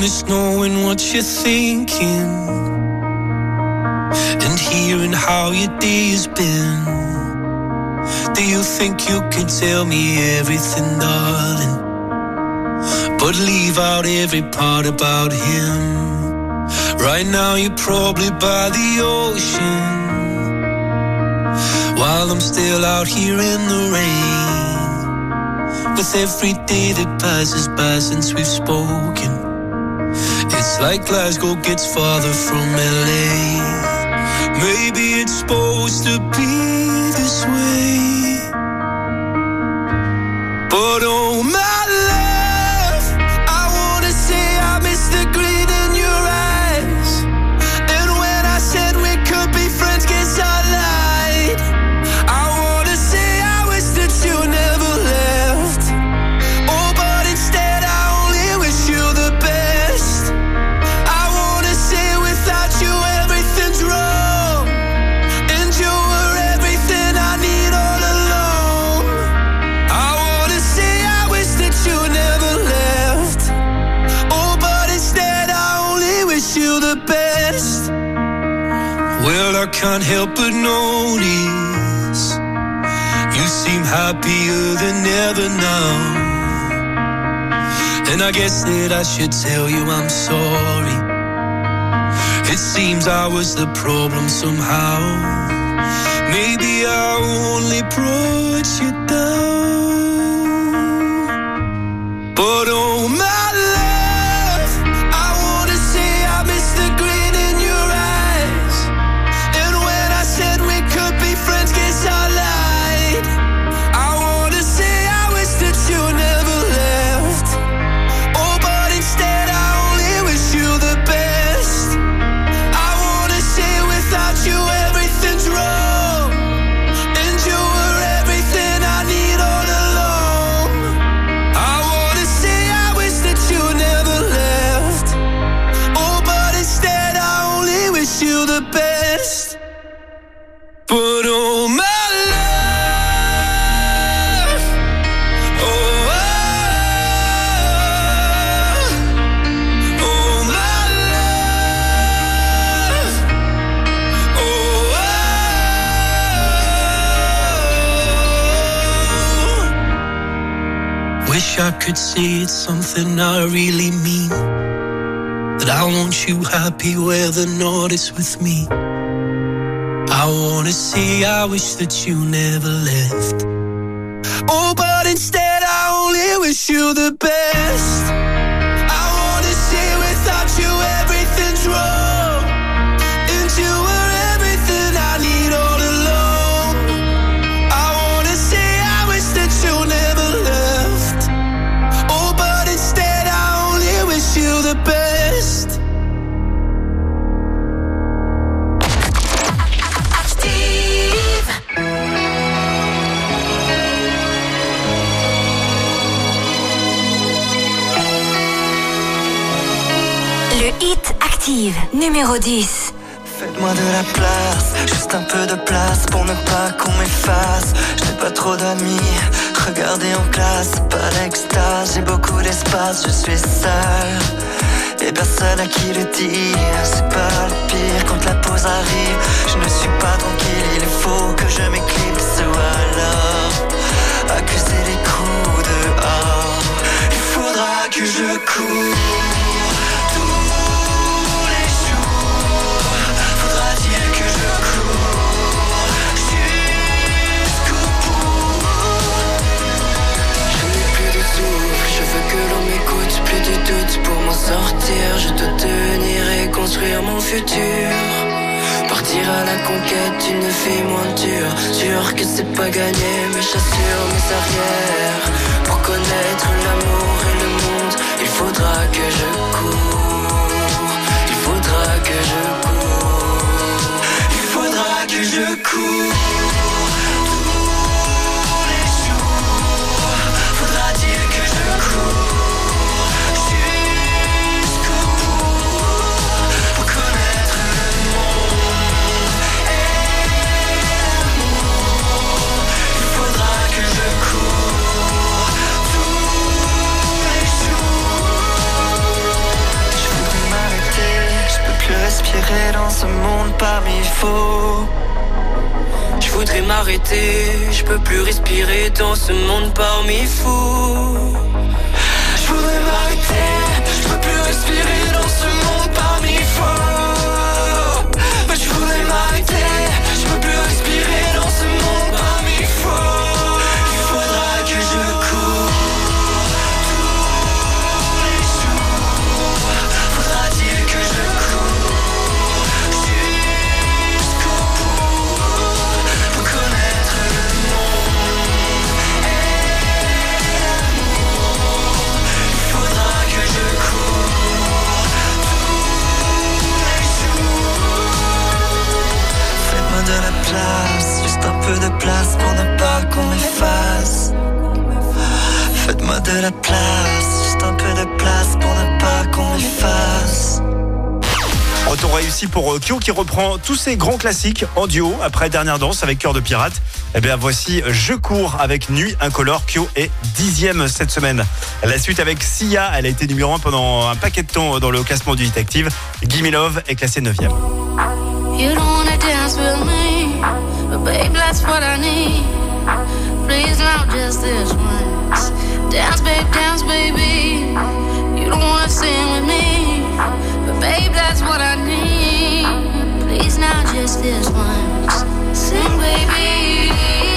miss knowing what you're thinking and hearing how your day has been. Do you think you can tell me everything, darling, but leave out every part about him? Right now you're probably by the ocean, while I'm still out here in the rain. With every day that passes by since we've spoken, it's like Glasgow gets farther from LA. Maybe it's supposed to be this way, but oh my love, I wanna say I miss the green in your eyes. And when I said we could be friends, guess I lied. I wanna say I wish that you never left. Oh, but instead I only wish you the best. I wanna say without you everything's wrong, and you were everything I need all along. I wanna say I wish that you never left. Oh, but instead I only wish you the best. Well, I can't help but notice you seem happier than ever now, and I guess that I should tell you I'm sorry. It seems I was the problem somehow. Maybe I only brought you down, but oh my love, I wanna say I miss the green in your eyes. And when I said we could be friends, guess I lied. I wanna say I wish that you never left. Oh, but instead I only wish you the best. I wanna say without you everything's wrong, and you were everything I need all along. I wanna say I wish that you never left. Oh, but instead I only wish you the best. But oh my love, oh, oh my love, oh. Wish I could say it's something I really mean, that I want you happy where the north is with me. I wanna say I wish that you never left. Oh, but instead I only wish you the best. I wanna say without you everything's wrong, and you were everything I need all along. I wanna say I wish that you never left. Oh, but instead I only wish you the best. Le Hit Active, numéro 10. Faites-moi de la place, juste un peu de place pour ne pas qu'on m'efface. Je n'ai pas trop d'amis, regardez en classe, pas d'extase, j'ai beaucoup d'espace, je suis seul. Et personne à qui le dire, c'est pas le pire quand la pause arrive. Je ne suis pas tranquille, il faut que je m'éclipse ou alors accuser les coups dehors. Il faudra que je cours tous les jours. Faudra-t-il que je cours jusqu'au bout. Je n'ai plus de souffle, je veux que l'on m'écoute, plus de doute pour m'en sortir. Je dois tenir et construire mon futur. Partir à la conquête d'une vie moins dure. Sûr que c'est pas gagné, mais j'assure mes arrières. Pour connaître l'amour et le monde, il faudra que je cours. Il faudra que je cours. Il faudra que je cours tous les jours. Faudra-t-il que je cours jusqu'au bout pour connaître le monde et l'amour. Il faudra que je cours. respirer dans ce monde parmi faux. Je voudrais m'arrêter, je peux plus respirer dans ce monde parmi fous. Je voudrais m'arrêter, je peux plus respirer dans ce monde parmi faux. Mais je voudrais m'arrêter, je peux plus respirer dans ce monde parmi faux. Il faudra que je cours tous les jours. Faudra-t-il que je cours jusqu'au bout pour connaître le monde et l'amour. Il faudra que je cours tous les jours. Faites-moi de la place, juste un peu de place pour ne pas qu'on m'efface. Faites-moi de la place, juste un peu de place pour ne pas qu'on m'efface. Retour réussi pour Kyo qui reprend tous ses grands classiques en duo après Dernière Danse avec Cœur de Pirate. Eh bien voici Je cours avec Nuit Incolore. Kyo est 10e cette semaine. La suite avec Sia, elle a été numéro 1 pendant un paquet de temps dans le classement du Hit Active. Gimme Love est classé 9e. You don't wanna dance with me, but babe, that's what I need. Please now, just this once. Dance, baby. You don't wanna sing with me, but babe, that's what I need. Please now, just this once. Sing, baby.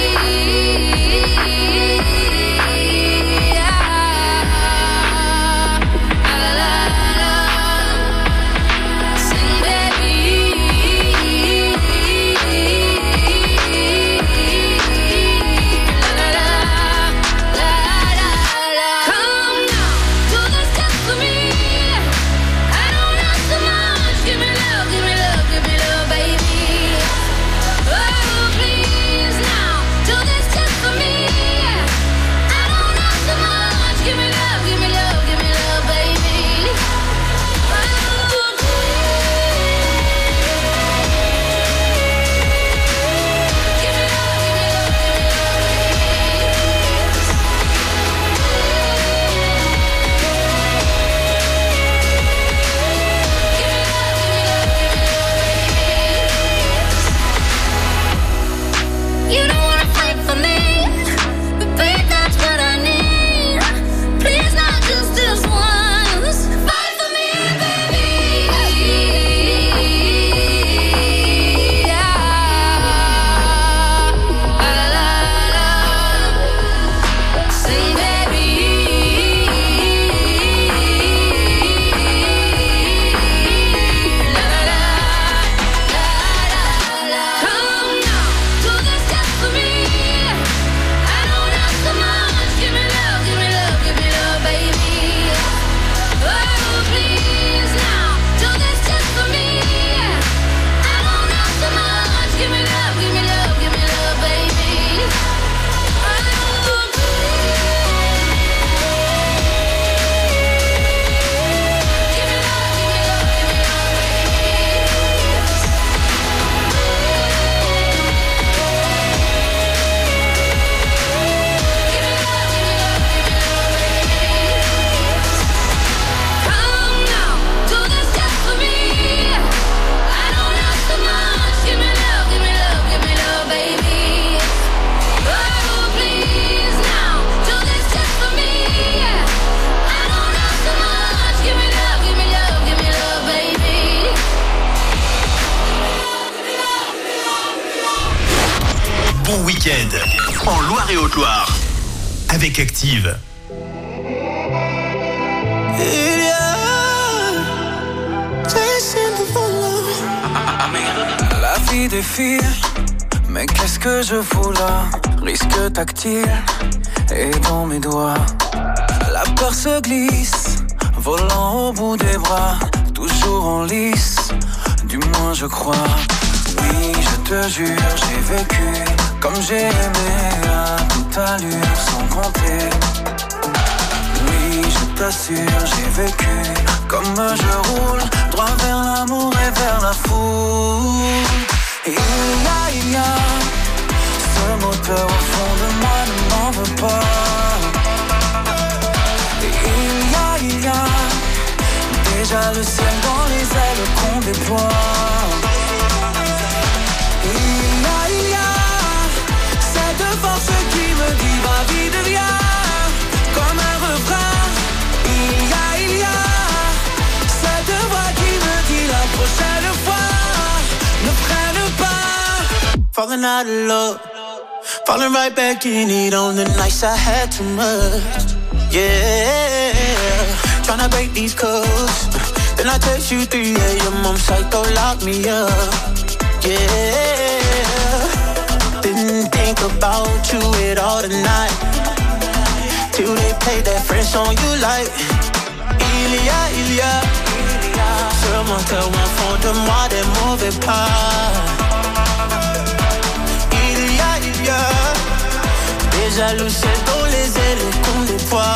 bon week-end en Loire et Haute-Loire avec Active. La vie défile, mais qu'est-ce que je fous là? Risque tactile et dans mes doigts. La peur se glisse, volant au bout des bras, toujours en lice, du moins je crois. Oui, je te jure, j'ai vécu comme j'ai aimé à toute allure sans compter. Oui, je t'assure, j'ai vécu comme je roule, droit vers l'amour et vers la foule. Il y a ce moteur au fond de moi, ne m'en veux pas. Il y a déjà a le ciel dans les ailes qu'on déploie. Il y a cette force qui me dit va vie devient comme un refrain. Il y a cette voix qui me dit la prochaine fois ne freine pas. Falling out of love, falling right back in it on the nights I had too much. Yeah, tryna break these codes. Then I text you 3 a.m. I'm psycho, lock me up. Yeah, didn't think about you at all tonight. Till they played that French song you like. Il y a seulement tellement fond de moi des mauvais pas. Il y a déjà le ciel dans les ailes qu'on déploie.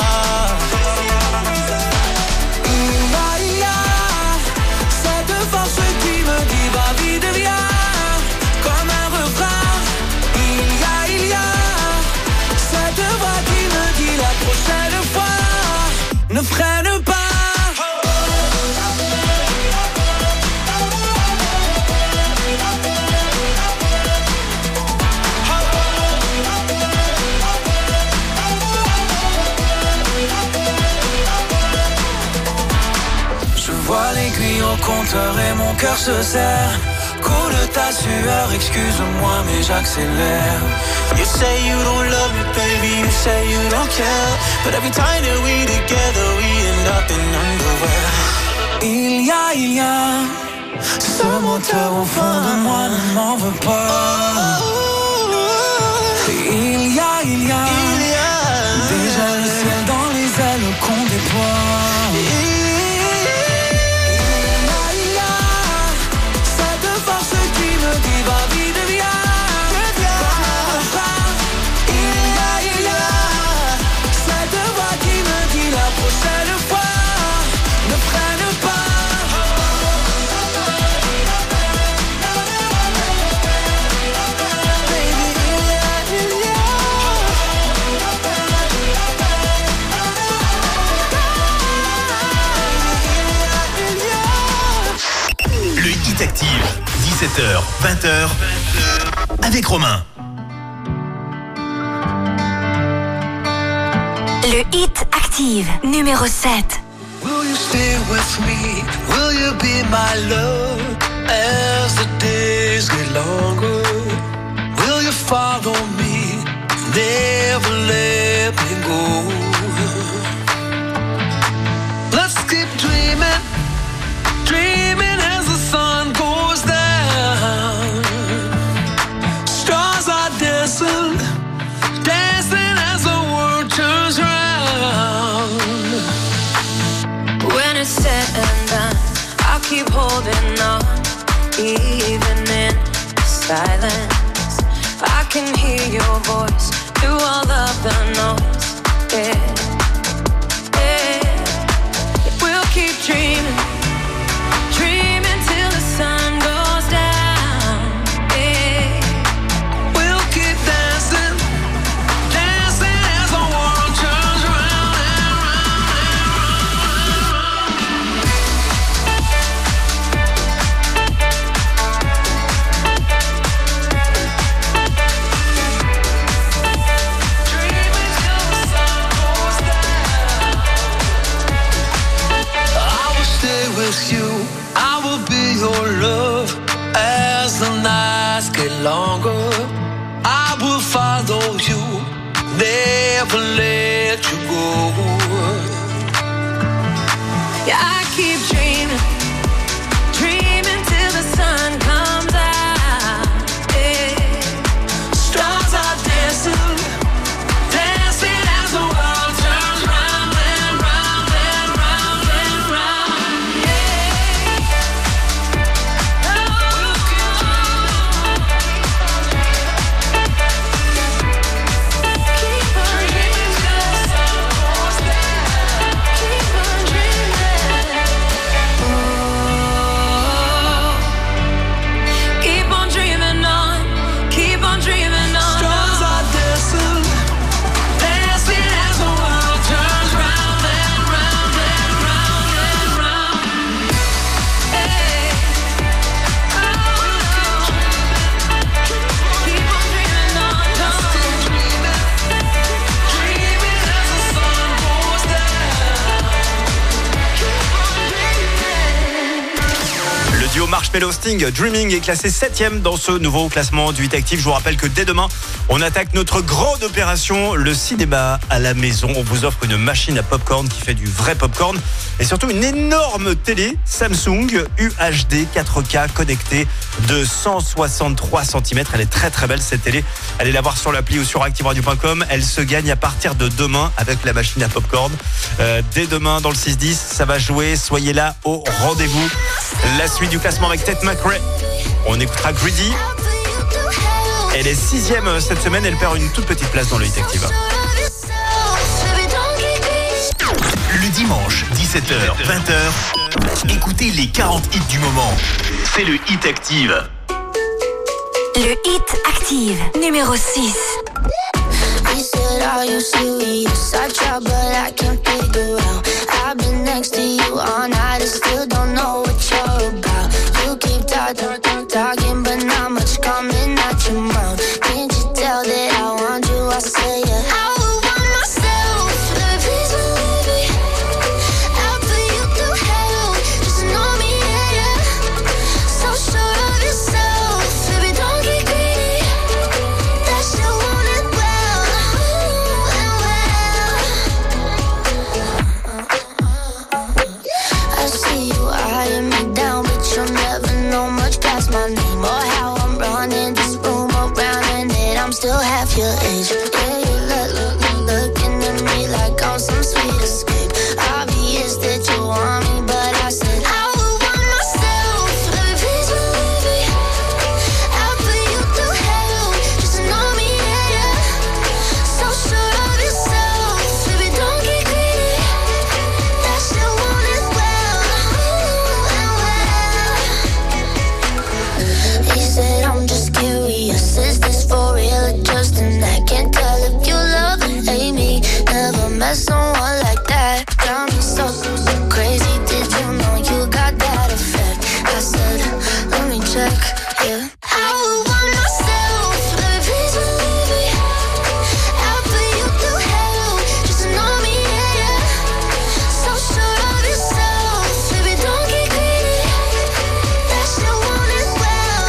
Il y a cette force qui me dit va vie devient comme un refrain. Il y a cette voix qui me dit la prochaine fois ne freine pas. L'aiguille au compteur et mon cœur se serre. Coule ta sueur, excuse-moi mais j'accélère. You say you don't love me, baby, you say you don't care. But every time that we together, we end up in underwear. Il y a ce moteur au fond de moi ne m'en veut pas. Il y a déjà le ciel dans les ailes qu'on déploie. Active, 17h, 20h, avec Romain. Le Hit Active, numéro 7. Will you stay with me? Will you be my love? As the days get longer, will you follow me? Never let me go. Let's keep dreaming, dreaming as the sun goes down. Stars are dancing, dancing as the world turns round. When it's said and done, I'll keep holding on, even in silence. I can hear your voice through all of the noise. Yeah, yeah. We'll keep dreaming, dreaming till the sun goes down. Yeah. We'll keep dancing, dancing as the world turns round and round Dreaming till the sun goes down. I will stay with you, I will be your love as the nights get longer. I will follow you, never let you go. Yeah, I keep dreaming, dreaming till the sun comes out. Yeah. Stars are dancing, dancing as the world turns round and round and round and round. Yeah. We'll keep dreaming till the sun goes down. duo Marshmello Sting, Dreaming est classé 7ème dans ce nouveau classement du Hit Active. Je vous rappelle que dès demain, on attaque notre grande opération, le cinéma à la maison. On vous offre une machine à popcorn qui fait du vrai popcorn et surtout une énorme télé Samsung UHD 4K connectée de 163 cm. Elle est très très belle cette télé. Allez la voir sur l'appli ou sur activeradio.com. Elle se gagne à partir de demain avec la machine à popcorn. Dès demain dans le 6-10, ça va jouer. Soyez là au rendez-vous. La suite du classement avec Tate McRae. On écoutera Greedy. Elle est 6ème cette semaine. Elle perd une toute petite place dans le Hit Active. Le dimanche, 17h, 20h, écoutez les 40 hits du moment. C'est le Hit Active. Le Hit Active, numéro 6. He said, are you serious? I try but I can't figure out. I've been next to you all night and still don't know what you're about. You keep talking but not much coming out your mouth. Can't you tell that I want you? I say yeah. I would want myself, baby, please believe me. I'll put you through hell, just know me, yeah, yeah. So sure of yourself, baby, don't get greedy. That shit won't end well, I see you eyeing me down, but you'll never know much past my name or how I'm running this room around, and that I'm still half your age. Yeah, you looking at me like I'm some sweet escape. Obvious that you want me, but I said I would want myself. Baby, please believe me. I'll put you through hell, just know me, yeah, yeah. So sure of yourself, baby, don't get greedy. That shit won't end well. He said I'm just curious, is this for real or just an act? Can't tell if you love or hate me. Never met someone like that. Got me so crazy. Did you know you got that effect? I said, let me check, yeah. I would want myself, baby, please believe me. I'll put you through hell, just know me, yeah, yeah. So sure of yourself, baby, don't get greedy. That shit won't end well.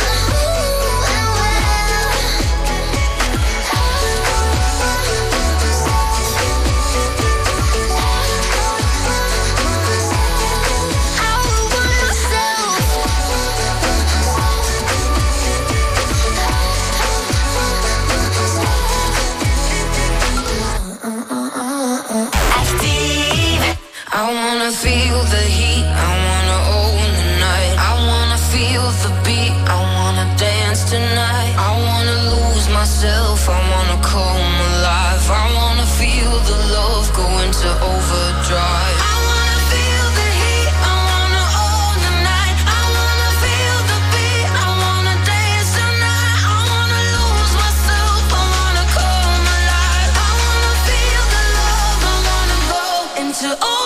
I wanna feel the heat, I wanna own the night. I wanna feel the beat, I wanna dance tonight. I wanna lose myself, I wanna come alive. I wanna feel the love go into overdrive. I wanna feel the heat, I wanna own the night. I wanna feel the beat, I wanna dance tonight. I wanna lose myself, I wanna come alive. I wanna feel the love, I wanna go into overdrive.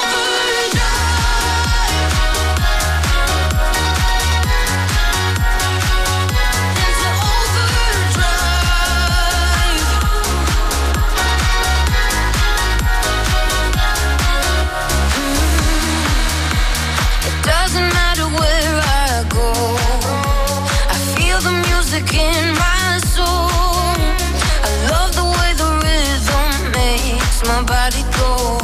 Doesn't matter where I go, I feel the music in my soul. I love the way the rhythm makes my body go.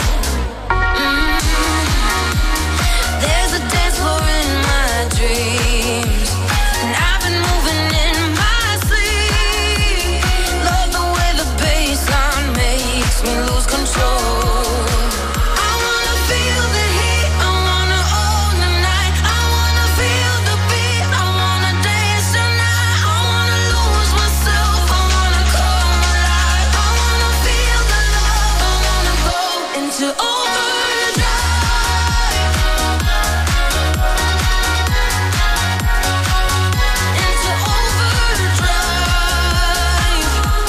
There's a dance floor in my dreams, and I've been moving in my sleep. Love the way the bassline makes me lose control. I wanna feel the heat, I wanna own the night. I wanna feel the beat, I wanna dance tonight. I wanna lose myself, I wanna come alive. I wanna feel the love, I wanna go into overdrive. Into overdrive.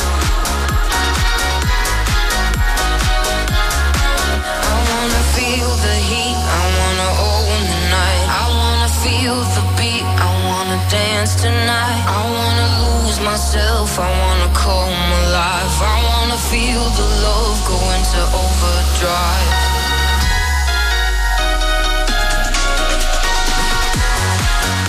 I wanna feel the heat, I wanna own the night. I wanna feel the beat, I wanna dance tonight. I wanna lose myself, I wanna come alive. I wanna feel the love go into overdrive.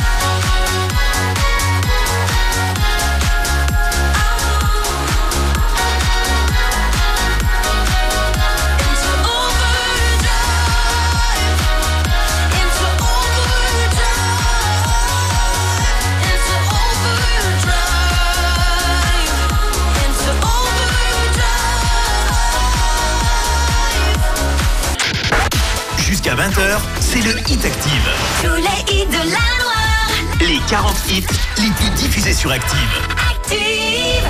20h, c'est le Hit Active. Tous les hits de la Loire. Les 40 hits les plus diffusés sur Active. Active.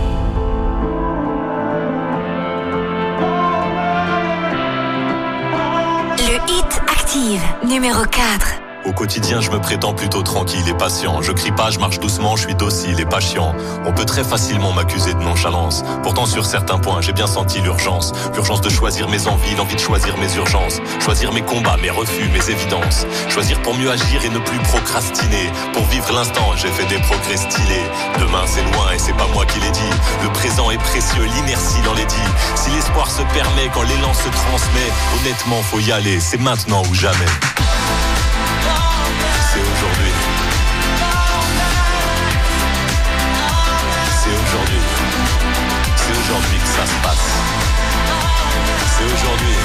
Le Hit Active, numéro 4. Au quotidien, je me prétends plutôt tranquille et patient. Je crie pas, je marche doucement, je suis docile et pas chiant. On peut très facilement m'accuser de nonchalance. Pourtant, sur certains points, j'ai bien senti l'urgence. L'urgence de choisir mes envies, l'envie de choisir mes urgences. Choisir mes combats, mes refus, mes évidences. Choisir pour mieux agir et ne plus procrastiner. Pour vivre l'instant, j'ai fait des progrès stylés. Demain, c'est loin et c'est pas moi qui l'ai dit. Le présent est précieux, l'inertie dans les dit. Si l'espoir se permet, quand l'élan se transmet, honnêtement, faut y aller. C'est maintenant ou jamais. C'est aujourd'hui. C'est aujourd'hui. C'est aujourd'hui que ça se passe. C'est aujourd'hui.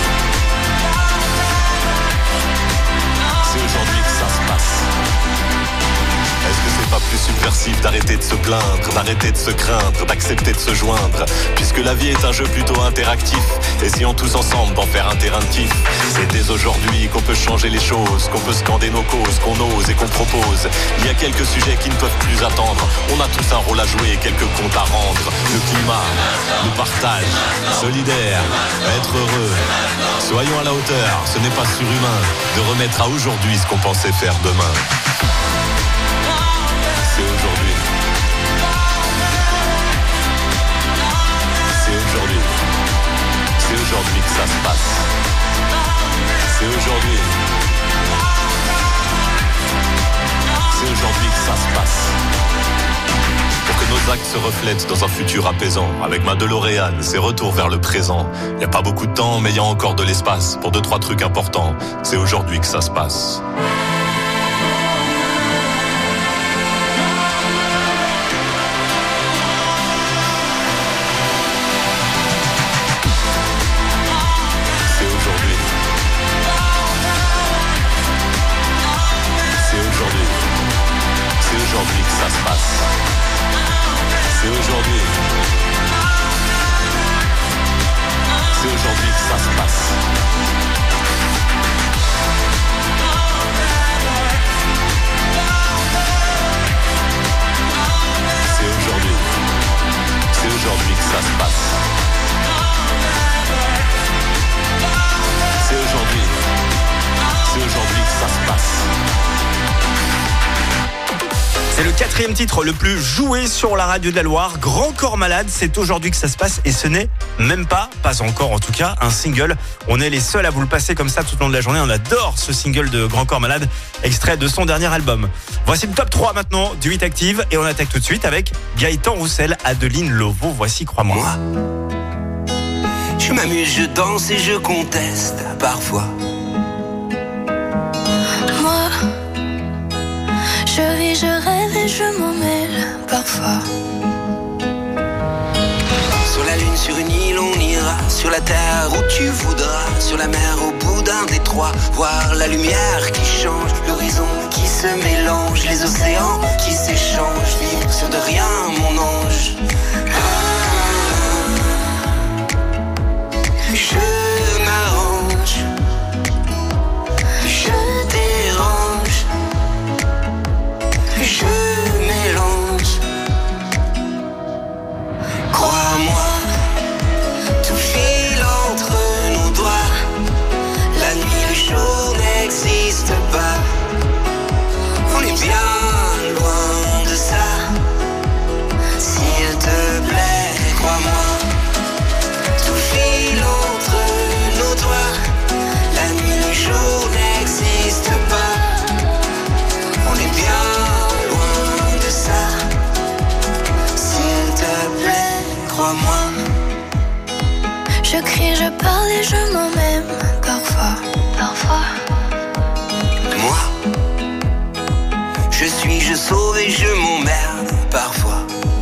C'est aujourd'hui que ça se passe. Est-ce que c'est pas plus subversif d'arrêter de se plaindre, d'arrêter de se craindre, d'accepter de se joindre? Puisque la vie est un jeu plutôt interactif, essayons tous ensemble d'en faire un terrain de kiff. C'est dès aujourd'hui qu'on peut changer les choses, qu'on peut scander nos causes, qu'on ose et qu'on propose. Il y a quelques sujets qui ne peuvent plus attendre. On a tous un rôle à jouer et quelques comptes à rendre. Le climat, le partage, solidaire, être heureux. Soyons à la hauteur, ce n'est pas surhumain de remettre à aujourd'hui ce qu'on pensait faire demain. C'est aujourd'hui. C'est aujourd'hui. C'est aujourd'hui que ça se passe. C'est aujourd'hui. C'est aujourd'hui que ça se passe. Pour que nos actes se reflètent dans un futur apaisant. Avec ma DeLorean, c'est retour vers le présent. Y a pas beaucoup de temps, mais y a encore de l'espace pour 2-3 trucs importants. C'est aujourd'hui que ça se passe. C'est aujourd'hui que ça se passe. C'est aujourd'hui. C'est aujourd'hui que ça se passe. C'est aujourd'hui. C'est aujourd'hui que ça se passe. C'est aujourd'hui. C'est aujourd'hui que ça se passe. C'est le 4e titre le plus joué sur la radio de la Loire. Grand Corps Malade, c'est aujourd'hui que ça se passe et ce n'est même pas encore en tout cas, un single. On est les seuls à vous le passer comme ça tout au long de la journée. On adore ce single de Grand Corps Malade, extrait de son dernier album. Voici le top 3 maintenant du Hit Active et on attaque tout de suite avec Gaëtan Roussel, Adeline Lovo. Voici Crois-moi. Je m'amuse, je danse et je conteste parfois. Moi, je vis, je rêve et je m'en mêle parfois. Sur la lune, sur une île, on ira. Sur la terre où tu voudras. Sur la mer, au bout d'un détroit. Voir la lumière qui change. L'horizon qui se mélange. Les océans qui s'échangent. Vivre sur de rien, mon ange. Je m'arrange. Je dérange. Je mélange. Crois-moi, tout file entre nos doigts. La nuit, le jour n'existe pas. On est bien loin de ça. S'il te plaît, crois-moi. Tout file entre nos doigts. La nuit, le jour n'existe pas. On est bien loin de ça. S'il te plaît, crois-moi. Je crie, je parle et je m'en même parfois. Moi, je suis, je sauve et je m'emmerde parfois.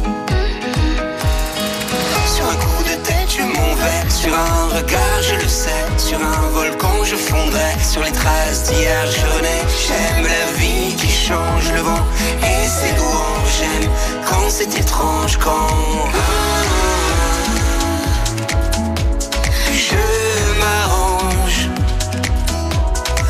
Sur un coup de tête, je m'en vais. Sur un regard, je le sais. Sur un volcan, je fondrai. Sur les traces d'hier, je renais. J'aime la vie qui change le vent et ses louanges. J'aime quand c'est étrange, quand je m'arrange.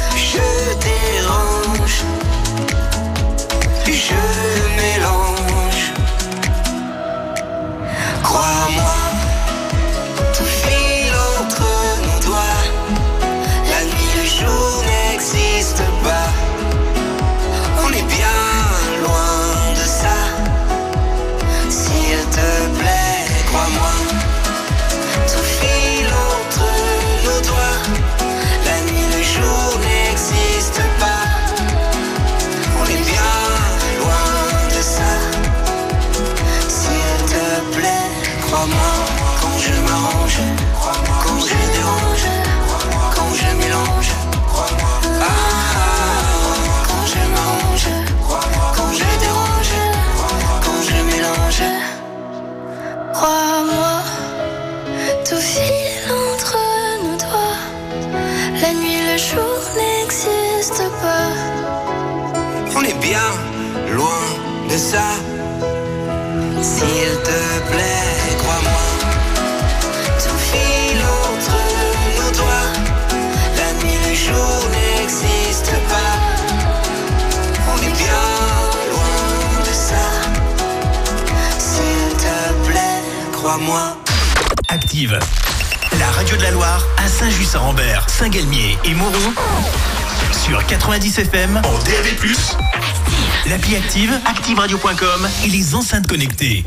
bien loin de ça. S'il te plaît, crois-moi, tout file entre nos doigts. La nuit et le jour n'existent pas. On est bien loin de ça. S'il te plaît, crois-moi. Active, la radio de la Loire à Saint-Just-Saint-Rambert, Saint-Galmier et Mauron sur 90 FM en DAB+, l'appli Active, activeradio.com et les enceintes connectées.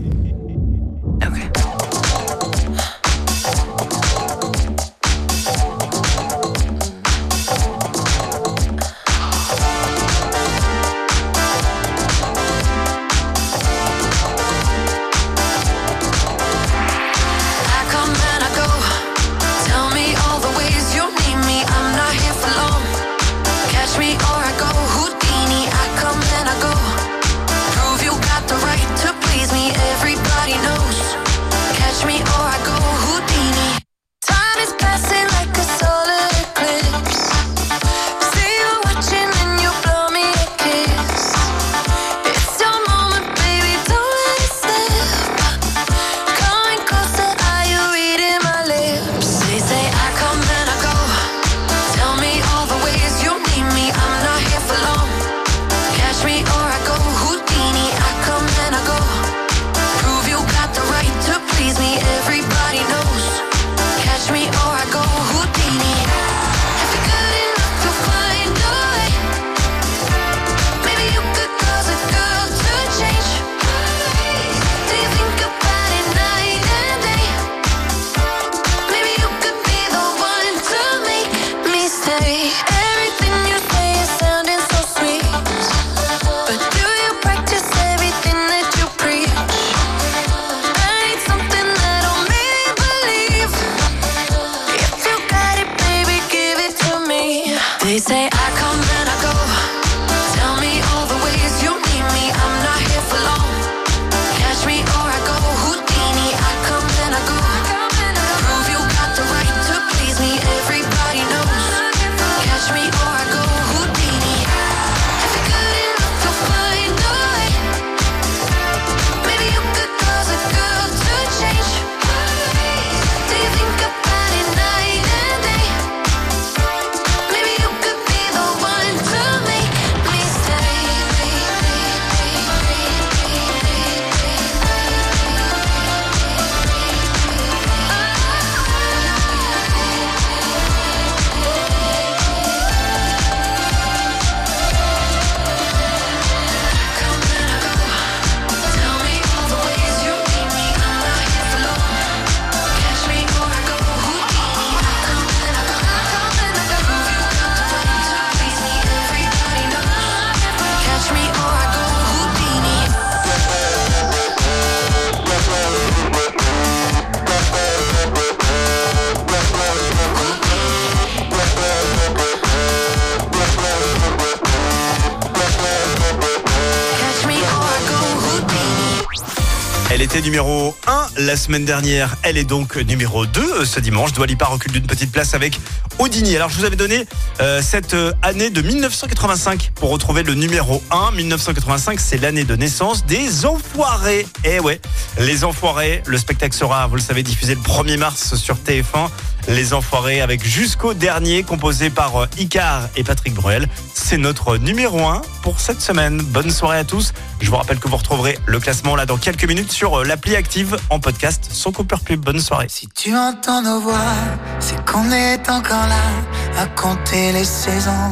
Elle était numéro 1 la semaine dernière. Elle est donc numéro 2 ce dimanche. Dua Lipa recule d'une petite place avec Houdini. Alors je vous avais donné cette année de 1985 pour retrouver le numéro 1. 1985, c'est l'année de naissance des Enfoirés. Eh ouais, les Enfoirés. Le spectacle sera, vous le savez, diffusé le 1er mars sur TF1. Les Enfoirés avec Jusqu'au dernier, composé par Icar et Patrick Bruel. C'est notre numéro 1 pour cette semaine. Bonne soirée à tous. Je vous rappelle que vous retrouverez le classement là dans quelques minutes sur l'appli Active en podcast sans coupure pub. Bonne soirée. Si tu entends nos voix, c'est qu'on est encore là à compter les saisons.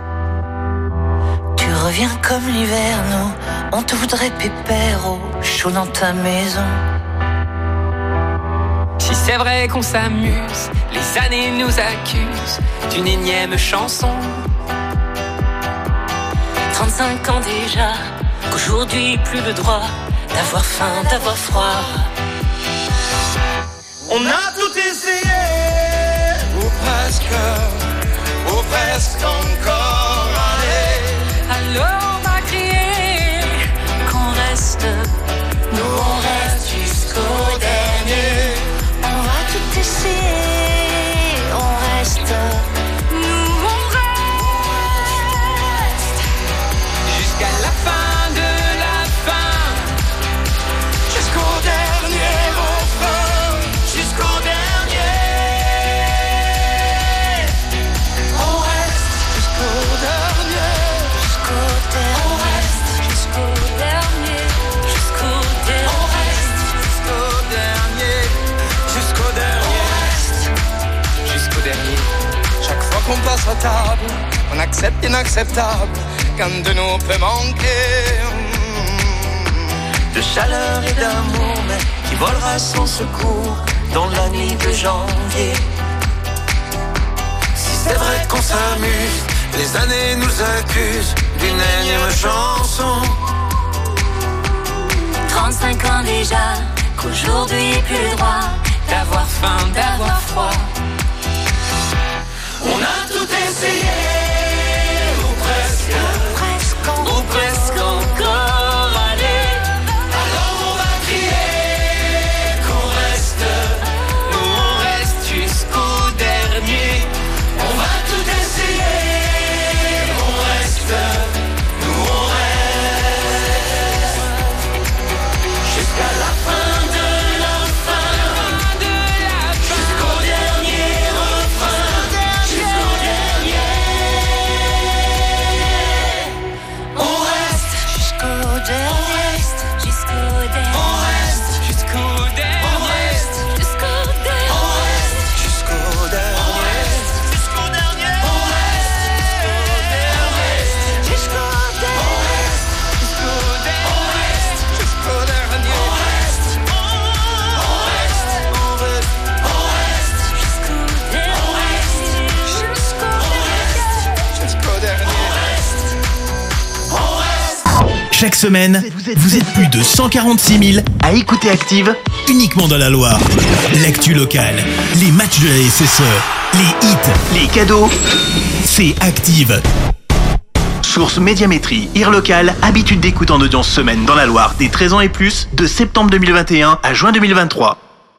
Tu reviens comme l'hiver, nous, on te voudrait pépère au chaud dans ta maison. Si c'est vrai qu'on s'amuse, les années nous accusent d'une énième chanson. 35 ans déjà, qu'aujourd'hui plus le droit d'avoir faim, d'avoir froid. On a tout essayé, ou presque encore, allez. Alors on va crier qu'on reste, nous on reste jusqu'au dernier. On va tout essayer, on reste, nous on reste qu'on passe à table, on accepte l'inacceptable, qu'un de nous peut manquer. De chaleur et d'amour, mais qui volera sans secours dans la nuit de janvier. Si c'est vrai qu'on s'amuse, les années nous accusent d'une énième chanson. 35 ans déjà, qu'aujourd'hui plus le droit d'avoir faim, d'avoir froid. On a tout essayé, ou presque, ou presque encore. Allez, alors on va crier qu'on reste. Nous on reste jusqu'au dernier. On va tout essayer, on reste. Nous on reste jusqu'à la fin de la fin, jusqu'au dernier refrain, jusqu'au dernier. On reste Jusqu'au dernier, jusqu'au dernier, on reste jusqu'au dernier, on reste jusqu'au dernier, on reste jusqu'au dernier. Jusqu'au dernier, On reste jusqu'au dernier, jusqu'au dernier. jusqu'au dernier. On reste jusqu'au dernier. Chaque semaine, vous êtes plus de 146 000 à écouter Active uniquement dans la Loire. L'actu locale, les matchs de la SSE, les hits, les cadeaux, c'est Active. Source Médiamétrie, IR local, habitude d'écoute en audience semaine dans la Loire des 13 ans et plus, de septembre 2021 à juin 2023.